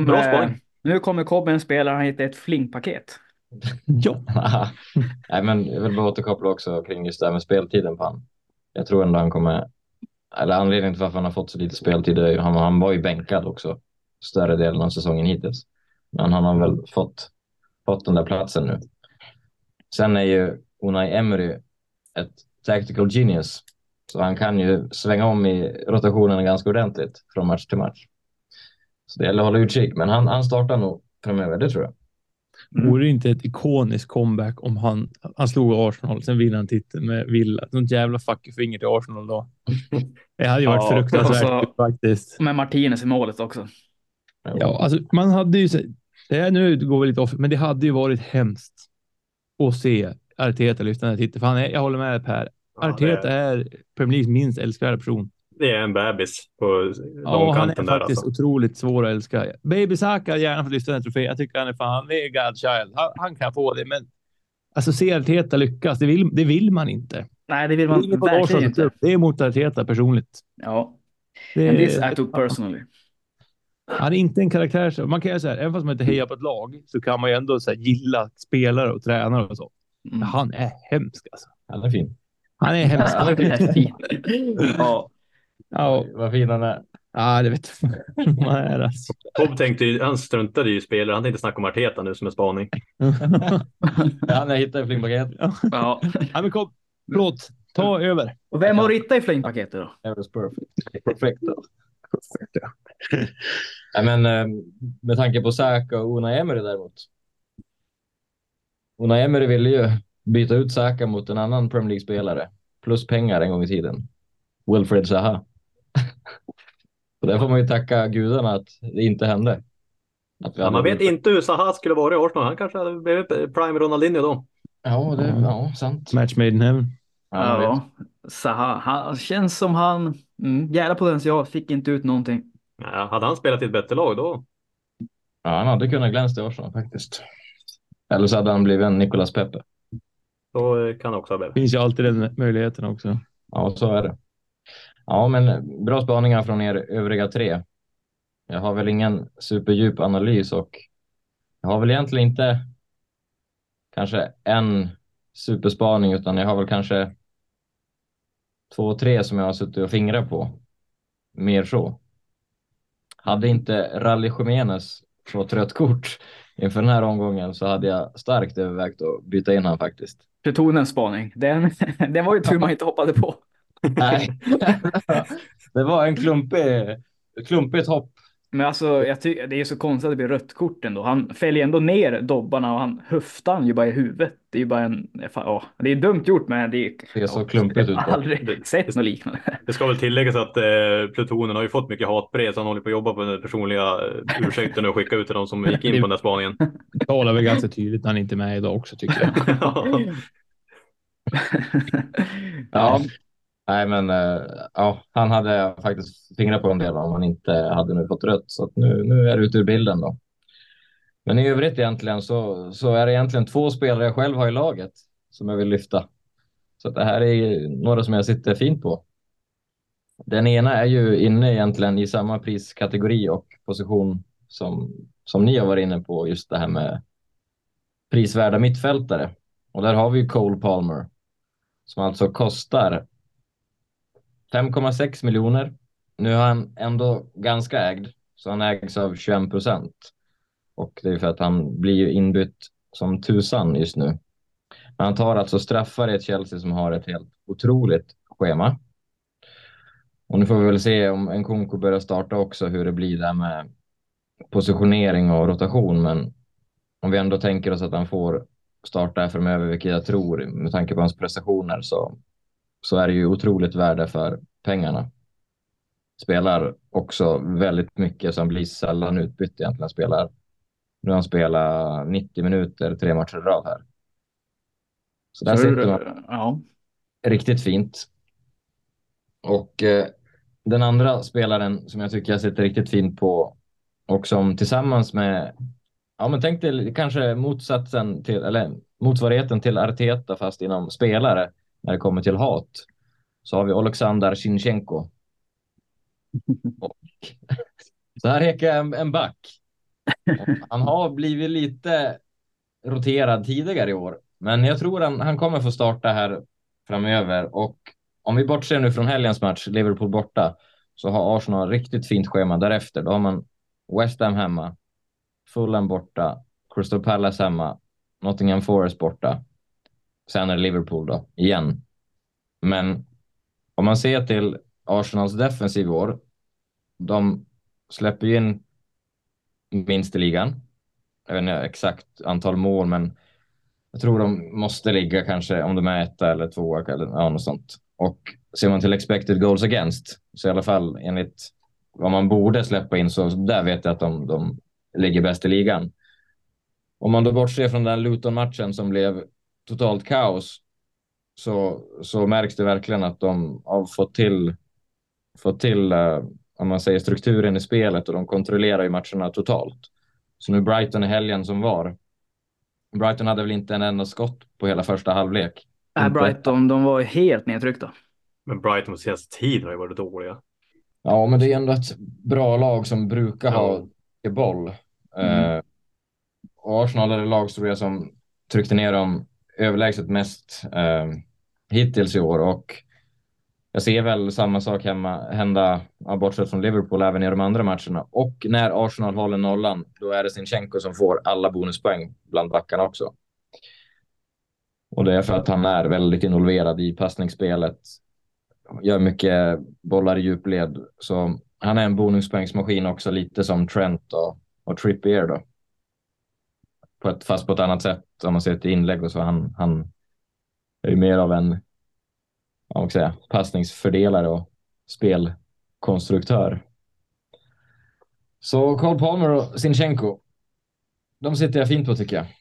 nu kommer Cobben en spelare, han heter ett flingpaket. Ja. Nej, men jag vill bara återkoppla också kring just det här med speltiden på han. Jag tror ändå han kommer, eller anledningen till varför han har fått så lite speltid är ju, han var ju bänkad också större delen av säsongen hittills. Men han har väl fått den där platsen nu. Sen är ju Unai Emery ett tactical genius. Så han kan ju svänga om i rotationen ganska ordentligt från match till match. Så det gäller att hålla utkik. Men han startar nog framöver, det tror jag. Vore det inte ett ikoniskt comeback om han slog Arsenal, sen vinner han titeln med Villa. Sånt jävla fuckfinger till Arsenal då. Det hade ju varit fruktansvärt faktiskt. Med Martinez i målet också. Ja, alltså man hade ju... Det här nu går väl lite off, men det hade ju varit hemskt att se Arteta lyfta den här titeln. För jag håller med Per. Arteta är Premier Leagues minst älskvärda person. Det är en bebis på långkanten där. Han är där, faktiskt otroligt svår att älska. Baby Saka gärna får lyfta den trofé. Jag tycker han är fan, det är Godchild. Han kan få det, men alltså se Arteta lyckas, det vill man inte. Nej, det vill man verkligen inte. Det är mot Arteta personligt. Ja. And this I took personally. Han är inte en karaktär så. Man kan ju säga, även fast man inte hejar på ett lag så kan man ju ändå så här, gilla spelare och tränare och så. Men han är hemsk alltså. Han är fin. Han är hemsk. Han är fin. Ja. Vad fin han är. Ja, det vet jag. Alltså. Cobb han struntade i spelare. Han tänkte snacka om Arteta nu som en spaning. Han har hittat i flingpaket. Ja. Ja, men Cobb, förlåt. Ta över. Och vem har hittat i flingpaketet då? Everest perfect då. Ja, men med tanke på Saka och Unai Emery däremot. Unai Emery ville ju byta ut Saka mot en annan Premier League-spelare. Plus pengar en gång i tiden. Wilfred Zaha. Och där får man ju tacka gudarna att det inte hände. Att vi Ja, hade man vet Wilfred. inte hur Zaha skulle vara i Arsenal. Han kanske hade blivit prime Ronaldinho då. Ja, sant. Match made in heaven. Ja, man vet. Ja, Zaha, han känns som han... jävla potential, fick inte ut någonting. Ja, hade han spelat i ett bättre lag då? Ja, han hade kunnat glänsa i Arsenal faktiskt. Eller så hade han blivit en Nicolas Pepe. Då kan han också ha blivit. Finns ju alltid den möjligheten också. Ja, så är det. Ja, men bra spaningar från er övriga tre. Jag har väl ingen superdjup analys och jag har väl egentligen inte kanske en superspaning, utan jag har väl kanske 2-3 som jag har suttit och fingrat på. Mer så. Hade inte Rally Jimenez fått rött kort inför den här omgången så hade jag starkt övervägt att byta in han faktiskt. Plutonens spaning, den var ju tur man inte hoppade på. Nej, det var en klumpigt hopp. Men alltså, jag tycker det är så konstigt att det blir rött kort ändå. Han fäller ändå ner dobbarna och han höftar ju bara i huvudet. Det är ju bara det är dumt gjort, men det är så klumpigt ut. Jag har aldrig sett något liknande. Det ska väl tilläggas att plutonen har ju fått mycket hatbrev, så han håller på att jobba på den personliga ursäkten och skicka ut till de som gick in på den här spaningen. Det talar väl ganska tydligt när han inte är med idag också, tycker jag. Ja, Nej, men ja, han hade faktiskt fingrat på en del om han inte hade nu fått rött. Så att nu är det ute ur bilden då. Men i övrigt egentligen så är det egentligen 2 spelare jag själv har i laget som jag vill lyfta. Så att det här är några som jag sitter fint på. Den ena är ju inne egentligen i samma priskategori och position som ni har varit inne på, just det här med prisvärda mittfältare. Och där har vi ju Cole Palmer som alltså kostar 5,6 miljoner. Nu är han ändå ganska ägd, så han ägs av 21%. Och det är för att han blir ju inbytt som tusan just nu. Men han tar alltså straffar i ett Chelsea som har ett helt otroligt schema. Och nu får vi väl se om Nkunku börjar starta också, hur det blir där med positionering och rotation. Men om vi ändå tänker oss att han får starta här framöver, vilket jag tror med tanke på hans prestationer, så är det ju otroligt värde för pengarna. Spelar också väldigt mycket, som blir sällan utbytt egentligen. Nu har han spelat 90 minuter 3 matcher i rad här. Så där sitter man ja. riktigt fint. Och den andra spelaren som jag tycker jag sitter riktigt fint på, och som tillsammans med, ja men tänk dig kanske motsatsen till, eller motsvarigheten till Arteta fast inom spelare när det kommer till hat, så har vi Oleksandr Zinchenko. Och så här ekar en back. Han har blivit lite roterad tidigare i år, men jag tror han kommer få starta här framöver. Och om vi bortser nu från helgens match, Liverpool borta, så har Arsenal riktigt fint schema därefter. Då har man West Ham hemma, Fulham borta, Crystal Palace hemma, Nottingham Forest borta. Sen är det Liverpool då, igen. Men om man ser till Arsenals defensiv år, de släpper ju in minst i ligan. Jag vet inte exakt antal mål, men jag tror de måste ligga kanske, om de är 1 eller 2 eller något sånt. Och ser man till expected goals against, så i alla fall enligt vad man borde släppa in, så där vet jag att de ligger bäst i ligan. Om man då bortser från den Luton-matchen som blev totalt kaos, så märks det verkligen att de har fått till om man säger strukturen i spelet, och de kontrollerar ju matcherna totalt. Så nu Brighton i helgen som var. Brighton hade väl inte en enda skott på hela första halvlek. Nej, Brighton, de var helt nedtryckta. Men Brighton på senaste tid har ju varit dåliga. Ja, men det är ändå ett bra lag som brukar ha boll. Och Arsenal är det lag, tror jag, som tryckte ner dem överlägset mest hittills i år. Och jag ser väl samma sak hända bortsett från Liverpool även i de andra matcherna. Och när Arsenal håller nollan, då är det Zinchenko som får alla bonuspoäng bland backarna också. Och det är för att han är väldigt involverad i passningsspelet. Gör mycket bollar i djupled. Så han är en bonuspoängsmaskin också, lite som Trent och Trippier då. Fast på ett annat sätt om man ser till inlägg och så. Han är ju mer av en passningsfördelare och spelkonstruktör. Så Cole Palmer och Zinchenko, de sitter jag fint på tycker jag.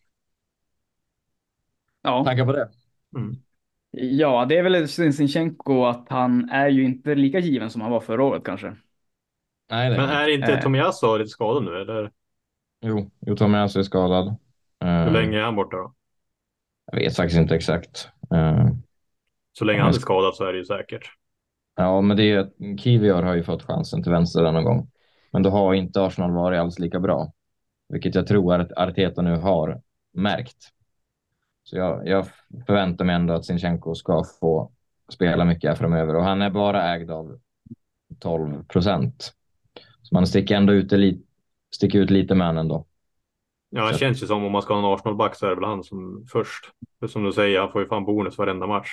Ja. Tankar på det? Mm. Ja, det är väl Zinchenko att han är ju inte lika given som han var förra året kanske. Nej, det Men är inte Eh. Tomiyasu lite skadad nu? Eller Jo, Tomiyasu är skadad. hur länge är han borta då? Jag vet faktiskt inte exakt. Så länge han är skadad så är det ju säkert. Ja, men det är Kivior har ju fått chansen till vänster denna gång. Men då har inte Arsenal varit alls lika bra. Vilket jag tror att Arteta nu har märkt. Så jag förväntar mig ändå att Zinchenko ska få spela mycket här framöver. Och han är bara ägd av 12%. Så man sticker ut lite med han ändå. Ja, det känns ju som om man ska ha en Arsenal-back så är det väl han som först. För som du säger, han får ju fan bonus varenda match.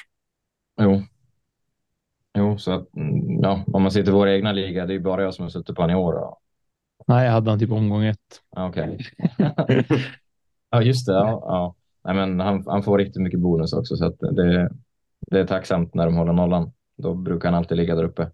Jo, så att ja, om man sitter i vår egna liga, det är ju bara jag som har suttit på han i år. Då. Nej, jag hade han typ omgång 1. Okej. Ja, just det. Ja. Nej, men han får riktigt mycket bonus också, så att det är tacksamt när de håller nollan. Då brukar han alltid ligga där uppe.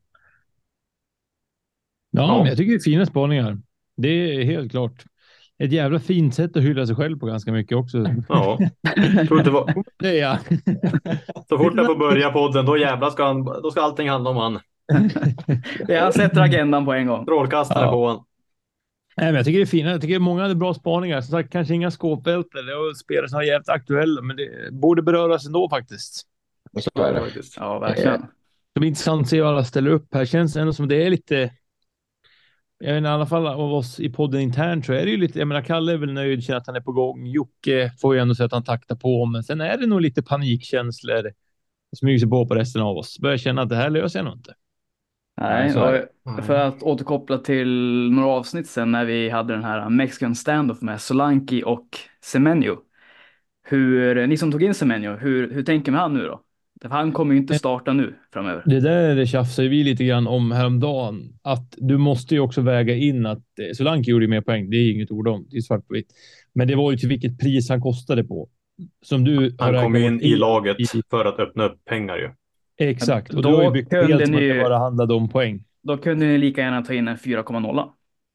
Ja, men jag tycker det är fina spaningar. Det är helt klart ett jävla fint sätt att hylla sig själv på ganska mycket också. Ja, tror inte vad. Det är jag. Så fort jag får börja podden, då jävlar då ska allting handla om han. Jag sätter agendan på en gång. Strålkastare på han. Nej, men jag tycker det är fina. Jag tycker många hade bra spaningar. Som sagt, kanske inga skåpvältor. Det är spelare som är jävligt aktuella, men det borde beröras ändå faktiskt. Så är det. Faktiskt. Ja, verkligen. Det blir intressant att se vad alla ställer upp här. Känns ändå som det är lite... Jag vet, i alla fall av oss i podden internt så är det ju lite... Jag menar, Kalle är väl nöjd, känner att han är på gång. Jocke får ju ändå säga att han taktar på. Men sen är det nog lite panikkänslor som smyger sig på resten av oss. Börjar känna att det här löser jag nog inte. Nej, så är och för att återkoppla till några avsnitt sen när vi hade den här Mexican standoff med Solanke och Semenyo. Ni som tog in Semenyo, hur tänker man han nu då? För han kommer ju inte starta nu framöver. Det där tjafsar vi lite grann om häromdagen. Att du måste ju också väga in att Solanke gjorde mer poäng. Det är inget ord om. Det är svart på vitt. Men det var ju till vilket pris han kostade på. Som du Han kom in i laget för att öppna upp pengar ju. Exakt. Och Då då har ju byggt kunde helt som att ni- det bara handlade om poäng. Då kunde ni lika gärna ta in en 4,0.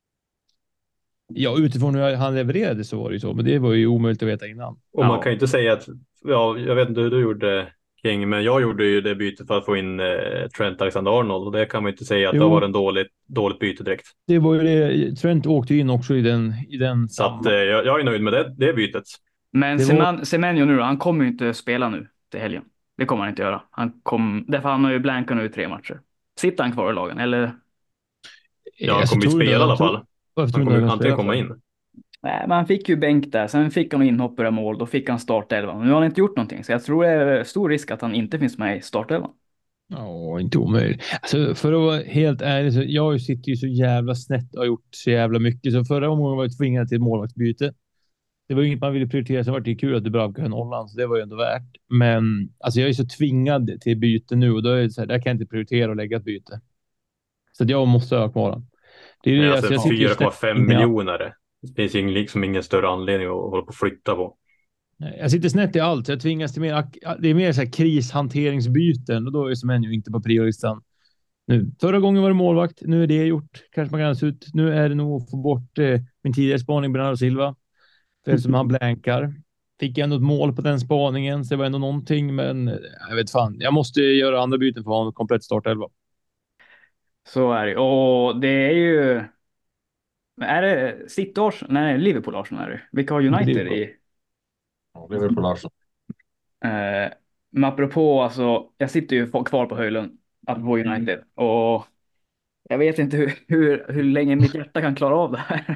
Ja, utifrån hur han levererade så var det ju så. Men det var ju omöjligt att veta innan. Och man kan ju inte säga att, ja, jag vet inte hur du gjorde King, men jag gjorde ju det bytet för att få in Trent Alexander-Arnold och det kan man ju inte säga att det var en dåligt byte direkt. Det var ju det. Trent åkte in också i den Så att, jag är nöjd med det bytet. Men Det Semenyo nu då, han kommer ju inte spela nu till helgen. Det kommer han inte göra. Därför han har ju blankat nu i 3 matcher. Sitter han kvar i lagen eller? Ja, han kommer ju spela i alla fall. Han kommer ju antingen komma in. Nej, men han fick ju bänk där. Sen fick han inhoppare mål. Då fick han startelvan. Nu har han inte gjort någonting. Så jag tror det är stor risk att han inte finns med i startelvan. Ja, inte omöjligt. Alltså, för att vara helt ärlig, så jag sitter ju så jävla snett och har gjort så jävla mycket. Så förra omgången var jag tvingad till ett målvaktsbyte. Det var ju inget man ville prioritera. Sen var det kul att Dubravka höll nollan, så det var ju ändå värt. Men alltså, jag är så tvingad till byte nu och då är det så här, där kan jag inte prioritera och lägga ett byte. Så att jag måste ha kvar den. Det är ju Men alltså, jag alltså sitter ju 4,5 snett. miljoner. Det finns ju liksom ingen större anledning att hålla på och flytta på. Jag sitter snett i allt. Jag tvingas till mer. Det är mer så här krishanteringsbyten och då är Semenyo inte på priolistan. Nu. Förra gången var det målvakt. Nu är det gjort. Kanske man kan se ut. Nu är det nog att få bort min tidigare spaning Bernardo Silva. För som han blankar. Fick ändå ett mål på den spaningen. Så det var ändå någonting. Men jag vet fan. Jag måste göra andra byten för att ha en komplett startelva. Så är det. Och det är ju... Är det City Arsenal? Nej, Liverpool Arsenal är det. Vilka har United Liverpool. i? Liverpool Arsenal. Men apropå, alltså, jag sitter ju kvar på Höjlund. Apropå United. Och jag vet inte hur länge mitt hjärta kan klara av det här.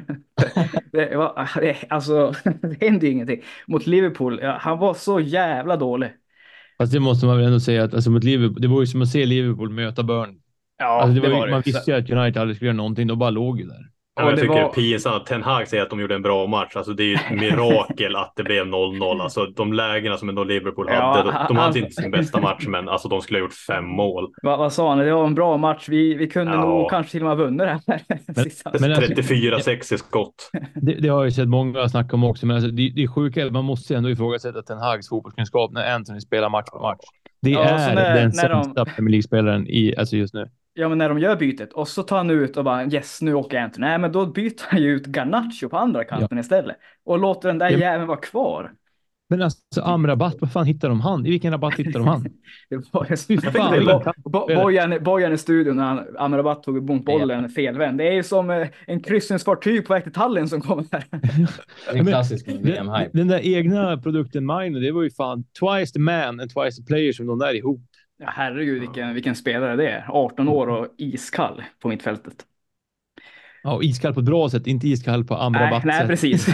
Alltså, det hände ju ingenting. Mot Liverpool, han var så jävla dålig. Fast det måste man väl ändå säga att alltså, mot Liverpool, det var ju som att se Liverpool möta Burnley. Ja, Alltså, det var det. Man visste ju att United aldrig skulle göra någonting. De bara låg ju där. Ja, jag det tycker var- det är pinsamt att Ten Hag säger att de gjorde en bra match. Alltså det är ju ett mirakel att det blev 0-0. Alltså de lägena som ändå Liverpool hade, de hade inte sin bästa match, men alltså de skulle ha gjort 5 mål. Vad sa han? Det var en bra match. Vi kunde nog kanske till och med ha vunnit det här. Men alltså- 34-6 i skott. Det har jag ju sett många snacka om också, men alltså, det är sjukt. Man måste ändå ifrågasätta Ten Hags fotbollskunskap när Anthony spelar match på match. Det Ja, så är när den de- sämsta Premier League-spelaren alltså just nu. Ja, men när de gör bytet och så tar han ut och bara yes, nu åker jag inte. Nej, men då byter han ju ut Garnacho på andra kanten istället och låter den där jäveln vara kvar. Men alltså Amrabat, vad fan hittar de han? I vilken rabatt hittar de han? Det var Fy fan, Bojan i studion när Amrabat tog emot bollen felvänd. Det är ju som en kryssningsfartyg på väg till Tallinn som kommer här. Det är klassiskt VM-hype. Den där egna produkten Mine, det var ju fan twice the man and twice the player som de där ihop. Ja, herregud, vilken spelare det är. 18 år och iskall på mittfältet. Ja, och iskall på ett bra sätt, inte iskall på Amrabat. Nej, precis.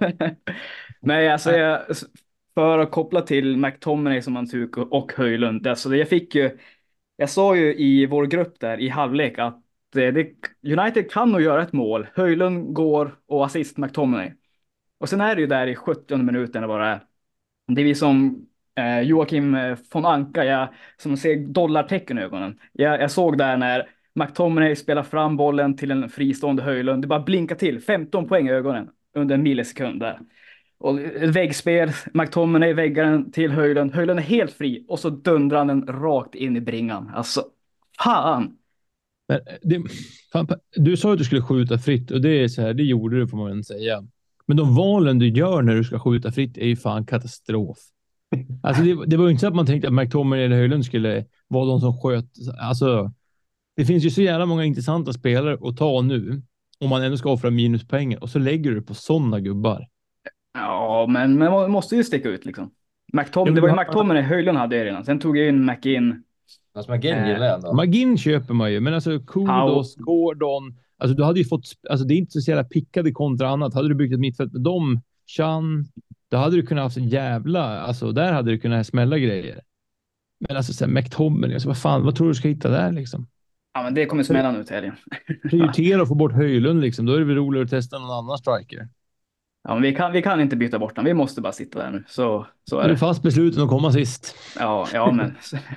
Nej, alltså för att koppla till McTominay som man tycker och Höjlund. Alltså jag sa ju i vår grupp där i halvlek att United kan nog göra ett mål. Höjlund går och assist McTominay. Och sen är det ju där i 70:e minuten bara. Det är vi som Joakim von Anka, som ser dollartecken i ögonen. Jag såg där när McTominay spelar fram bollen till en fristående Höjlund. Det bara blinkar till. 15 poäng i ögonen under en millisekund där. Och ett väggspel. McTominay väggar den till Höjlund. Höjlund är helt fri. Och så dundrar han den rakt in i bringan. Alltså, fan! Men fan, du sa att du skulle skjuta fritt och det är så här, det gjorde du får man säga. Men de valen du gör när du ska skjuta fritt är ju fan katastrof. Alltså det var ju inte så att man tänkte att McTominay eller Höjlund skulle vara de som sköt. Alltså, det finns ju så jävla många intressanta spelare att ta nu om man ändå ska offra minuspengar och så lägger du på sådana gubbar. Ja, men man måste ju sticka ut liksom. Det var ju McTominay, Höjlund hade jag redan. Sen tog jag in McInn. Alltså McGinn gillar jag ändå. McGinn köper man ju, men alltså Kudos, Gordon, alltså du hade ju fått, alltså det är inte så jävla pickade kontra annat. Hade du byggt ett mittfält med dem, Chan, då hade du kunnat ha en jävla, alltså där hade du kunnat smälla grejer. Men alltså sen McTominay, alltså vad tror du ska hitta där liksom? Ja, men det kommer smälla nu till helgen. Prioritera att få bort Höjlund liksom, då är det väl roligare att testa någon annan striker. Ja, men vi kan inte byta bort den. Vi måste bara sitta där nu. Så är Du är det. fast besluten att komma sist. Ja, men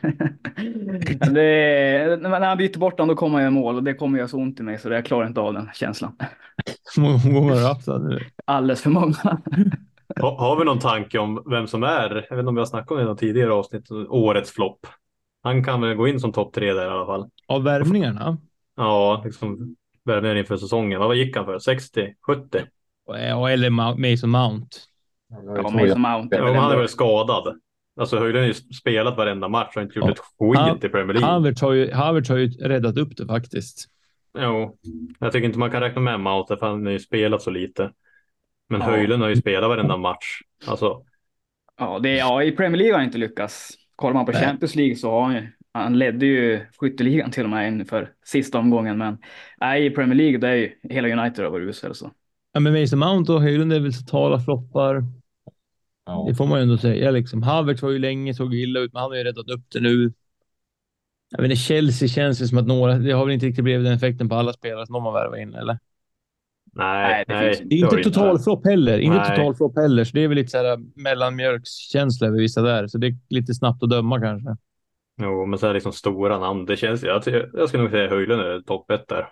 när han byter bort den då kommer jag i mål och det kommer göra så ont i mig så jag klarar inte av den känslan. Alldeles för många. Har vi någon tanke om vem som är, jag vet inte om vi har snackat om det i något tidigare avsnitt, årets flopp? Han kan väl gå in som topp 3 där i alla fall. Av värvningarna? Ja, liksom värvningar inför säsongen. Vad gick han för? 60? 70? Eller Mason Mount. Ja, Mason Mount. Ja, han är väl skadad. Alltså Höjlund har ju spelat varenda match och inte gjort ett skit i Premier League. Havertz har ju räddat upp det faktiskt. Jo, jag tycker inte man kan räkna med Mount för han har ju spelat så lite. Men Höjlund har ju spelat varenda match. Alltså. Ja, i Premier League har han inte lyckats. Kollar man på Champions League så har han ledde ju skytteligan till och med inför sista omgången. Men i Premier League där är ju hela United har varit usel så. Ja, men Mason Mount och Höjlund är väl totala floppar. Ja. Det får man ju ändå säga. Liksom. Havertz var ju länge såg illa ut, men han har ju räddat upp det nu. Jag vet inte, Chelsea känns det som att det har väl inte riktigt blivit den effekten på alla spelare som de har värvat in, eller? Nej. Det är inte total flopp heller. Inte total flopp heller, så det är väl lite så här mellanmjölkskänsla över vissa där. Så det är lite snabbt att döma kanske. Jo, men så här liksom stora namn. Det känns, jag skulle nog säga Höjlund är topp 1 där.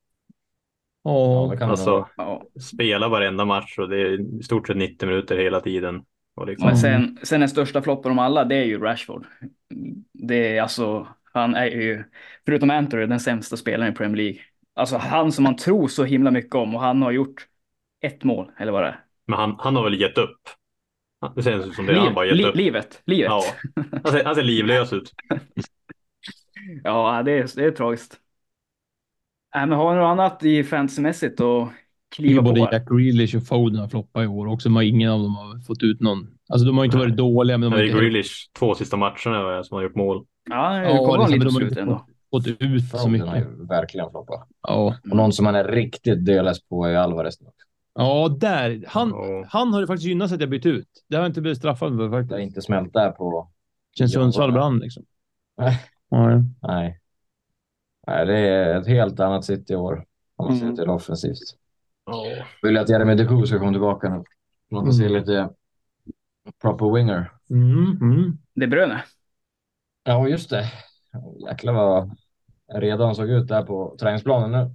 Alltså, spela varenda match och det är i stort sett 90 minuter hela tiden. Och liksom. Men sen den största floppen om alla, det är ju Rashford. Det är alltså, han är ju, förutom Anthony, den sämsta spelaren i Premier League. Alltså han som man tror så himla mycket om och han har gjort ett mål, eller vad det är. Men han har väl gett upp? Det känns som det han bara gett upp. Livet. Ja, han ser livlös ut. Ja, det är tragiskt. Men har ni något annat i fantasymässigt och kliva på? Både Jack Grealish och Foden har floppat i år också, men ingen av dem har fått ut någon. Alltså de har inte varit dåliga, men de har inte... Grealish 2 sista matcherna som har gjort mål. Ja, det kommer lite slut ändå. Fått ut så mycket. Foden har ju verkligen floppat. Ja. Och någon som man är riktigt dödlös på är Alvarez. Ja, där. Han har det faktiskt gynnat att jag bytt ut. Det har inte blivit straffat för faktiskt. Det har inte smält där på... Känns Sundsvall brand liksom. Nej. Nej, det är ett helt annat City i år. Om man ser till offensivt. Vill att Jeremy Deco ska komma tillbaka nu. Man kan se lite proper winger. Det Bruyne. Ja, just det. Jäklar vad redan såg ut där på träningsplanen nu.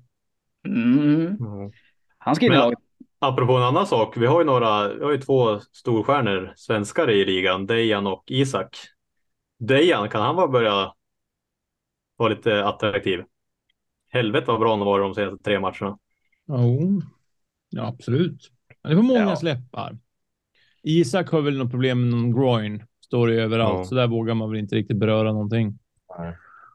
Han skriver laget. Apropå en annan sak. Vi har ju 2 storstjärnor svenskar i ligan. Dejan och Isak. Dejan, kan han börja vara lite attraktiv? helvete vad bra han var de senaste 3 matcherna. Jo, ja, absolut. Det var många Ja. släppar. Isak har väl något problem med någon groin. Står det överallt. Ja. Så där vågar man väl inte riktigt beröra någonting. Nej.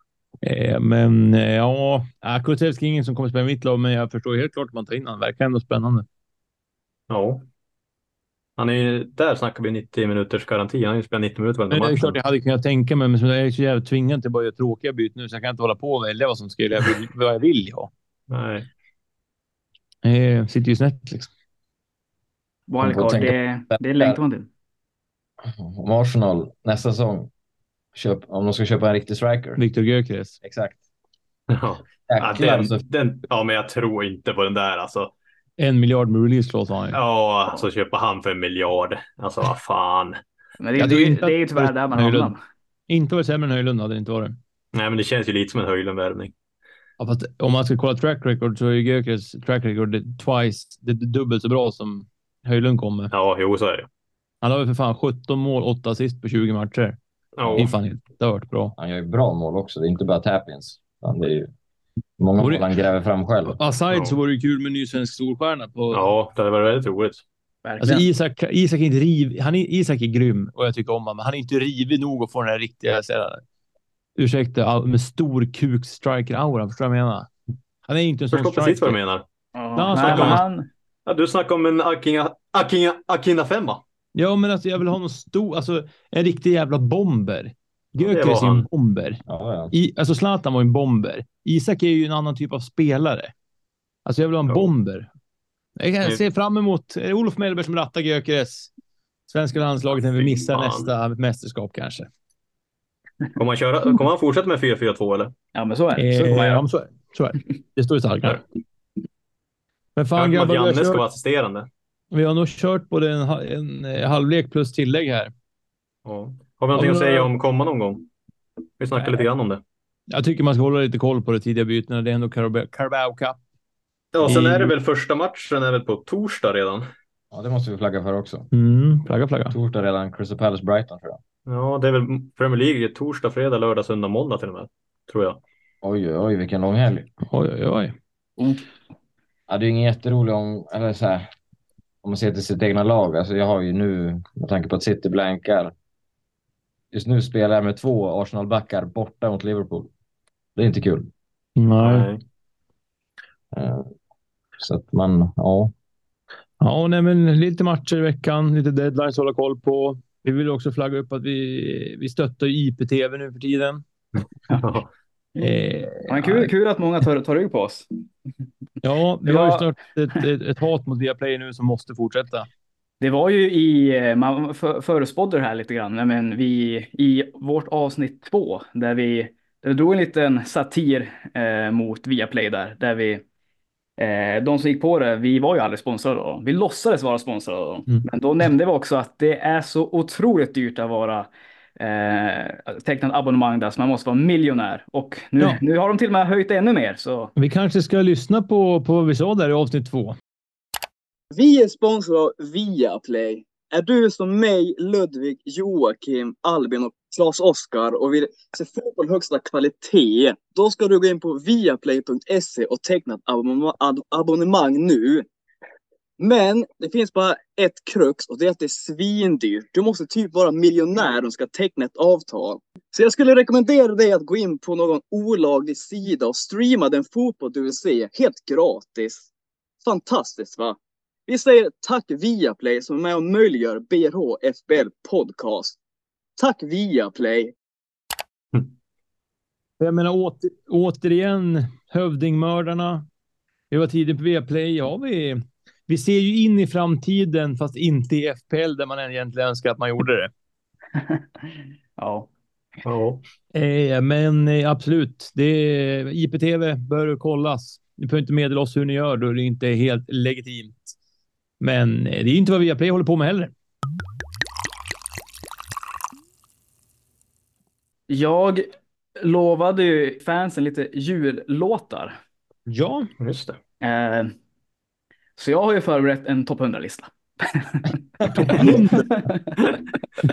Men ja, Kulusevski är ingen som kommer spela mitt lag, men jag förstår helt klart att man tar in han. Verkar ändå spännande. Ja. Han är ju, där snackar vi 90 minuters garanti. Han har ju spelat 90 minuter varje Men det är match. klart jag hade kunnat tänka mig, men jag är så jävla tvingad till att bara göra tråkiga byten nu, så jag kan inte hålla på och välja vad som skulle vad jag vill ha. Nej. Sitter ju snett liksom. Wildcard, det längtar man till. Om Arsenal nästa säsong, om de ska köpa en riktig striker. Viktor Gyökeres. Exakt. Ja. Ja, men jag tror inte på den där alltså. 1 miljard med release-clause har han ju. Ja, alltså köpa han för 1 miljard. Alltså vad fan. Men det Ja, är ju tyvärr där man hamnar. Inte varit sämre än Höjlund hade det inte varit. Nej, men det känns ju lite som en Höjlund-värvning. Ja, fast om man ska kolla track record så är Gyökeres track record det är dubbelt så bra som Höjlund kommer. Ja, jo så är det. Han har ju för fan 17 mål, 8 assist på 20 matcher. Ja. Det är fan helt dört bra. Han gör ju bra mål också. Det är inte bara tap-ins. Det är ju många mål han gräver fram själv. Aside så var det ju kul med ny svensk storstjärna på. Ja, det var väldigt roligt. Alltså Isak är inte Isak är grym och jag tycker om honom, men han är inte rivig nog att få den här riktiga ursäkta, med stor kuk striker-aura. Förstår du vad jag menar? Han är inte en sån förstår striker. precis vad du menar. Ja, Du snackar om en Akina 5. Ja, men alltså jag vill ha någon stor, alltså en riktig jävla bomber. Gyökeres är en bomber. Ja. Alltså Zlatan var en bomber. Isak är ju en annan typ av spelare. Alltså jag vill ha en bomber. Jag ser fram emot Olof Mellberg som rattar Gyökeres svenska landslaget när vi missar nästa mästerskap kanske. Kommer han fortsätta med 4-4-2 eller? Ja, men så är det. Så är det. Det står ju starkare. Men fan grabbar, Janne ska vara assisterande. Vi har nog kört både en halvlek plus tillägg här. Ja. Har vi någonting att säga om komma någon gång? Vi snackar lite grann om det. Jag tycker man ska hålla lite koll på det tidiga bytena. Det är ändå Carabao Cup. Ja, sen är det väl första matchen är väl på torsdag redan. Ja, det måste vi flagga för också. Flagga. Torsdag redan, Crystal Palace Brighton tror jag. Ja, det är väl Premier League torsdag, fredag, lördag, söndag, måndag till och med. Tror jag. Oj, vilken lång helg. Oj. Ja, det är ingen jätterolig om man ser till sitt egna lag. Alltså jag har ju nu, med tanke på att City blankar. Just nu spelar jag med 2 Arsenal-backar borta mot Liverpool. Det är inte kul. Nej. Så att man, ja. Ja, nej, men lite matcher i veckan, lite deadlines att hålla koll på. Vi vill också flagga upp att vi stöttar IPTV nu för tiden. Kul att många tar rygg på oss. Ja, vi har ju snart ett hat mot Viaplay nu som måste fortsätta. Det var ju man förespådde det här lite grann, men vi i vårt avsnitt 2 där vi drog en liten satir mot Viaplay där vi de som gick på det, vi var ju aldrig sponsrade då. Vi låtsades vara sponsrade då. Men då nämnde vi också att det är så otroligt dyrt att vara tecknat abonnemang där, så man måste vara miljonär. Och nu har de till och med höjt ännu mer. Så. Vi kanske ska lyssna på vad vi sa där i avsnitt 2. Vi är sponsrade av Viaplay. Är du som mig, Ludvig, Joakim, Albin och Claes-Oskar och vill se fotboll högsta kvalitet, då ska du gå in på viaplay.se och teckna ett abonnemang nu. Men det finns bara ett krux och det är att det är svindyrt. Du måste typ vara miljonär och ska teckna ett avtal. Så jag skulle rekommendera dig att gå in på någon olaglig sida och streama den fotboll du vill se helt gratis. Fantastiskt va? Vi säger tack Viaplay som är med och möjliggör BRH FBL podcast. Tack Viaplay. Jag menar återigen hövdingmördarna. Vi var tidigt på Viaplay. Ja, vi ser ju in i framtiden fast inte i FPL där man egentligen önskar att man gjorde det. Ja. Men absolut, IPTV bör kollas. Ni får inte meddela oss hur ni gör då det inte är helt legitimt. Men det är inte vad Viaplay håller på med heller. Jag lovade ju fansen lite jullåtar. Ja, just det. Så jag har ju förberett en topp 100-lista.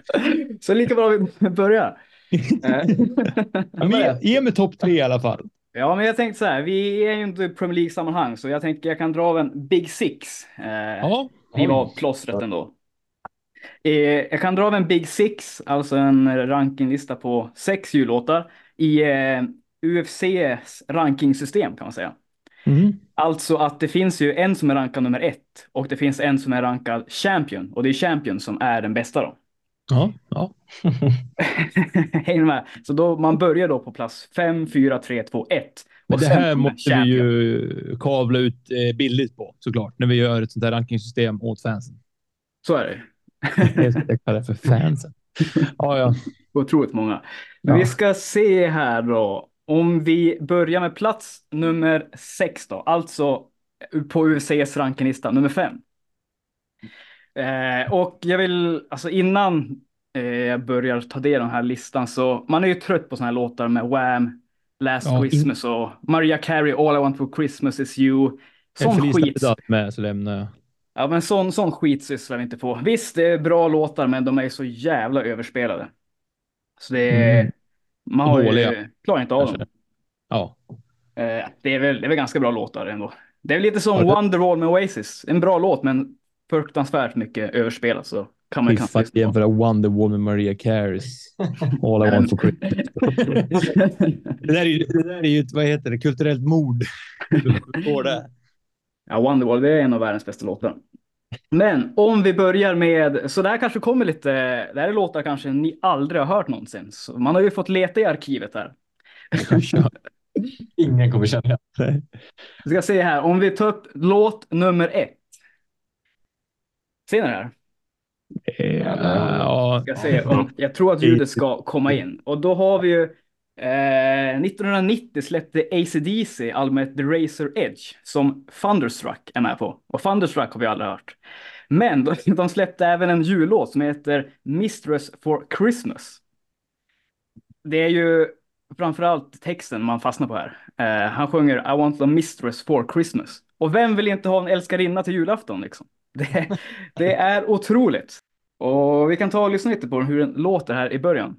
Så lika bra vi börjar. Ge mig topp 3 i alla fall. Ja, men jag tänkte så här, vi är ju inte i Premier League-sammanhang, så jag tänkte jag kan dra av en Big Six. Ja. Riva av plåstret ändå. Jag kan dra av en Big Six, alltså en rankinglista på 6 jullåtar i UFCs rankingsystem kan man säga. Mm. Alltså att det finns ju en som är rankad nummer 1 och det finns en som är rankad champion, och det är champion som är den bästa då. Ja. Ja. Hänger med? Så då, man börjar då på plats 5, 4, 3, 2, 1. Men Och det sen här kommer måste vi ju kavla ut billigt på såklart när vi gör ett sånt här rankingsystem åt fansen. Så är det. Jag kallar det för fansen. Ja. Otroligt många. Men vi ska se här då. Om vi börjar med plats nummer 6 då. Alltså på UFCs rankinglista nummer 5. Och jag vill, alltså innan jag börjar ta del av den här listan, så man är ju trött på såna här låtar med Wham, Last Christmas och Mariah Carey, All I Want For Christmas Is You. Sån skit. Med, så lämnar jag. Ja, men sån skit sysslar vi inte på. Visst, det är bra låtar, men de är så jävla överspelade. Så det är, man har ju, klarar inte av dem. Ja. Det är väl ganska bra låtar ändå. Det är lite som Wonderwall med Oasis. En bra låt, men fruktansvärt mycket överspelat, så kan man kanske jämföra Wonderwall med Mariah Careys All I Want For Christmas. det där är ju ett, vad heter det, kulturellt mord. Ja, Wonderwall, det är en av världens bästa låtar. Men om vi börjar med, så där kanske kommer lite, det här är låtar kanske ni aldrig har hört någonsin. Så man har ju fått leta i arkivet här. Ingen kommer känna det. Vi ska se här, om vi tar upp låt nummer 1. Ser ni det här? Ska se, jag tror att ljudet ska komma in. Och då har vi ju 1990 släppte AC/DC albumet The Razor Edge som Thunderstruck är med på. Och Thunderstruck har vi aldrig hört. Men de släppte även en jullåt som heter Mistress for Christmas. Det är ju framförallt texten man fastnar på här. Han sjunger I want a mistress for Christmas. Och vem vill inte ha en älskarinna till julafton liksom? Det är otroligt. Och vi kan ta och lyssna lite på hur den låter här i början.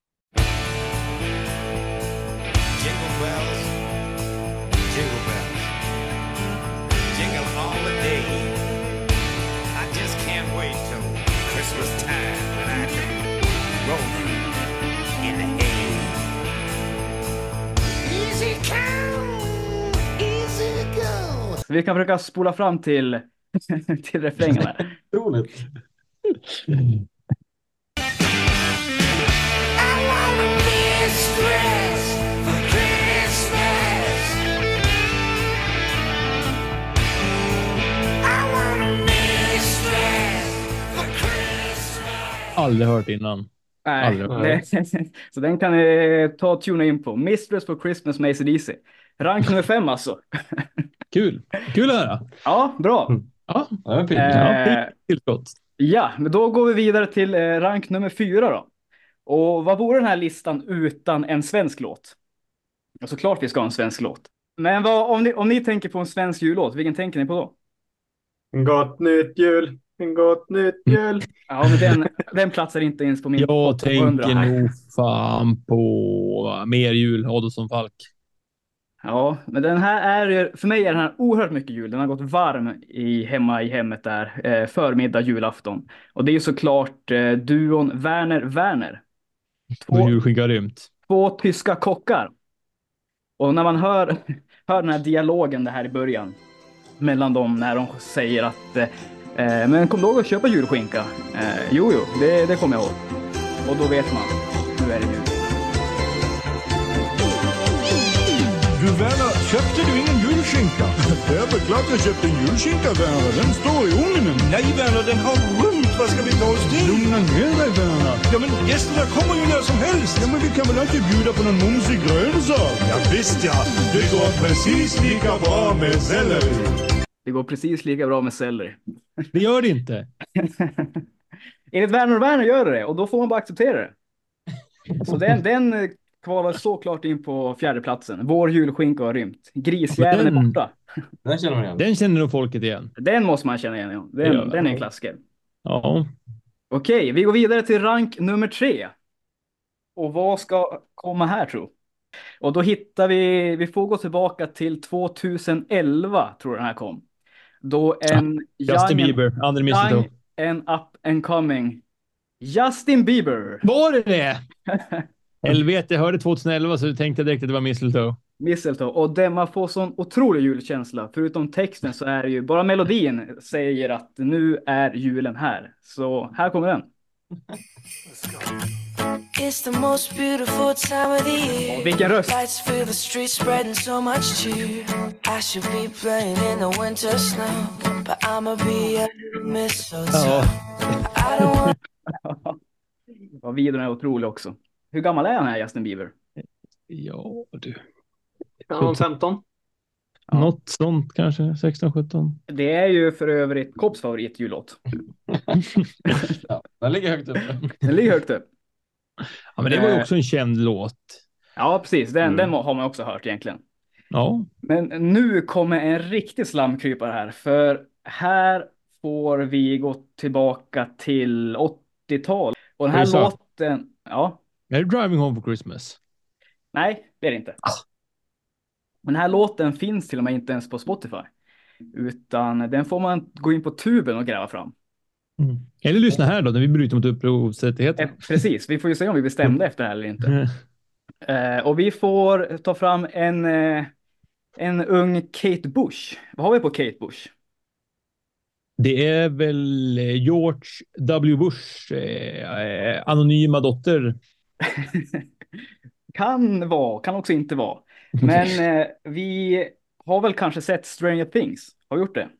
Jingle bells, jingle bells, jingle all the day. I just can't wait till Christmas time when I can roll in the hay. Easy come, easy go. Så vi kan försöka spola fram till refrängerna. Otroligt. Aldrig hört innan. Nej. Så den kan ni ta och tuna in på. Mistress for Christmas med AC/DC. Rank nummer 5 alltså. Kul att höra. Ja, bra. Ja, tillskott. Ja, men då går vi vidare till rank nummer 4 då. Och vad vore den här listan utan en svensk låt? Och såklart vi ska ha en svensk låt. Men om ni tänker på en svensk jullåt, vilken tänker ni på då? En gott nytt jul. En gott nytt jul. Ja, men den platsar inte ens på min Jag tänker nog fan på Mer jul, Adolfsson Falk. Ja, men den här är, för mig är den här oerhört mycket jul. Den har gått varm hemma i hemmet där, förmiddag, julafton. Och det är ju såklart duon Werner. Och julskinka rymt. 2 tyska kockar. Och när man hör den här dialogen det här i början mellan dem när de säger att men kom då och köpa julskinka. Jo, det kommer jag ihåg. Och då vet man, nu är det jul. Du Werner, köpte du ingen julskinka? Det är väl klart jag köpte en julskinka, Werner. Den står i ugnen. Nej, Werner, den har rymt. Vad ska vi ta oss till? Lugna ner dig, Werner. Ja, men gästerna kommer ju när som helst. Ja, men vi kan väl inte bjuda på någon mumsig grönsak? Ja, visst ja. Det går precis lika bra med selleri. Det går precis lika bra med selleri. Det gör det inte. Enligt Werner gör det, och då får man bara acceptera det. Så den kvalar såklart in på 4:e platsen. Vår julskinka har rymt. Grisjäveln är borta. Den känner man igen. Den känner nog folket igen. Den måste man känna igen. Ja. Den är en klassiker. Ja. Okej, vi går vidare till rank nummer 3. Och vad ska komma här, tro? Och då hittar vi får gå tillbaka till 2011 tror jag den här kom. Då en Justin Bieber, Under Mistletoe. young and up and coming Justin Bieber. Var det? Helvete, jag hörde 2011 så tänkte jag direkt att det var Mistletoe. Mistletoe. Och det, man får sån otrolig julkänsla. Förutom texten så är det ju bara melodin säger att nu är julen här. Så här kommer den. It's the most beautiful time of the year. Vilken röst. Lights fill the streets spreading so much cheer. I should be playing in the winter snow, but I'ma be under the mistletoe. I don't want... Ja, videon är otrolig också. Hur gammal är han här, Justin Bieber? Ja, du. Kan han 15? Ja. Något sånt kanske, 16-17. Det är ju för övrigt Kops favoritjullåt. Ja, den ligger högt upp. Den ligger högt upp. Ja, men det var ju också en känd låt. Ja, precis. Den har man också hört egentligen. Ja. Men nu kommer en riktig slamkrypare här. För här får vi gå tillbaka till 80-tal. Och den här låten... Ja. Är det Driving Home for Christmas? Nej, det är det inte. Men den här låten finns till och med inte ens på Spotify. Utan den får man gå in på tuben och gräva fram. Mm. Eller lyssna här då, när vi bryter mot upphovsrättigheter. Precis, vi får ju se om vi bestämde efter det här eller inte. Och vi får ta fram en ung Kate Bush. Vad har vi på Kate Bush? Det är väl George W. Bush anonyma dotter. Kan också inte vara. Men vi har väl kanske sett Stranger Things. Har vi gjort det?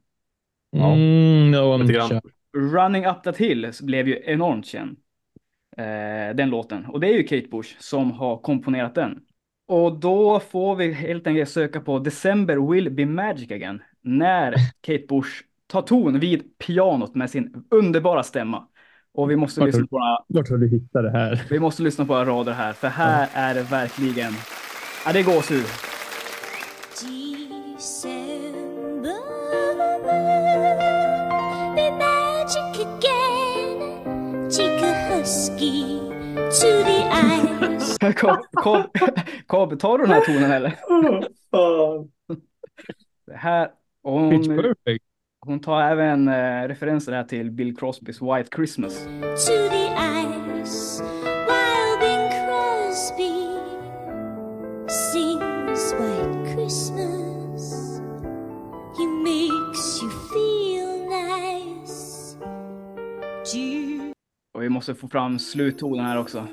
Ja. Running Up That Hill blev ju enormt känd. Den låten. Och det är ju Kate Bush som har komponerat den. Och då får vi helt enkelt söka på December Will Be Magic Again. När Kate Bush tar ton vid pianot med sin underbara stämma. Och vi måste lyssna på Vart har du hittat det här? Vi måste lyssna på rader här. För här är det verkligen... Ja, det går sur. December be magic again. Chica husky to the eyes. Cobb, tar du den här tonen eller? Det här... Pitch perfect. Hon tar även referenser här till Bill Crosbys White Christmas. To the eyes while Bing Crosby sings White Christmas. He makes you feel nice. Och vi måste få fram sluttonen här också.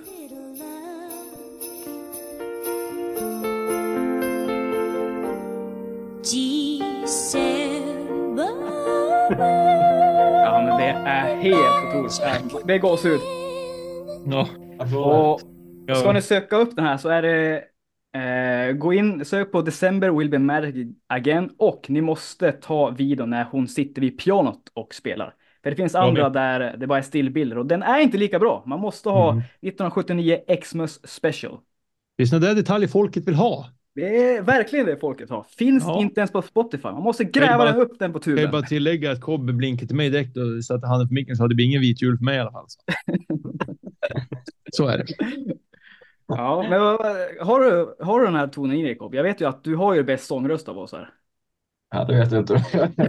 Ja, men det är helt otroligt. Det går ut. Och ska ni söka upp den här så är det gå in, sök på December Will Be Magic Again och ni måste ta videon när hon sitter vid pianot och spelar. För det finns andra där det bara är stillbilder och den är inte lika bra. Man måste ha 1979 Xmas Special. Det är sådana där detaljer folket vill ha. Det är verkligen det folket har. Finns inte ens på Spotify. Man måste gräva upp den på tuben. Jag vill bara tillägga att Kobbe blinkade till mig direkt och satte handen på micken så det blir ingen vit jul för mig i alla fall. Så är det. Ja, men har du den här tonen i dig, Kobbe? Jag vet ju att du har ju bäst sångröst av oss här. Ja, det vet jag inte.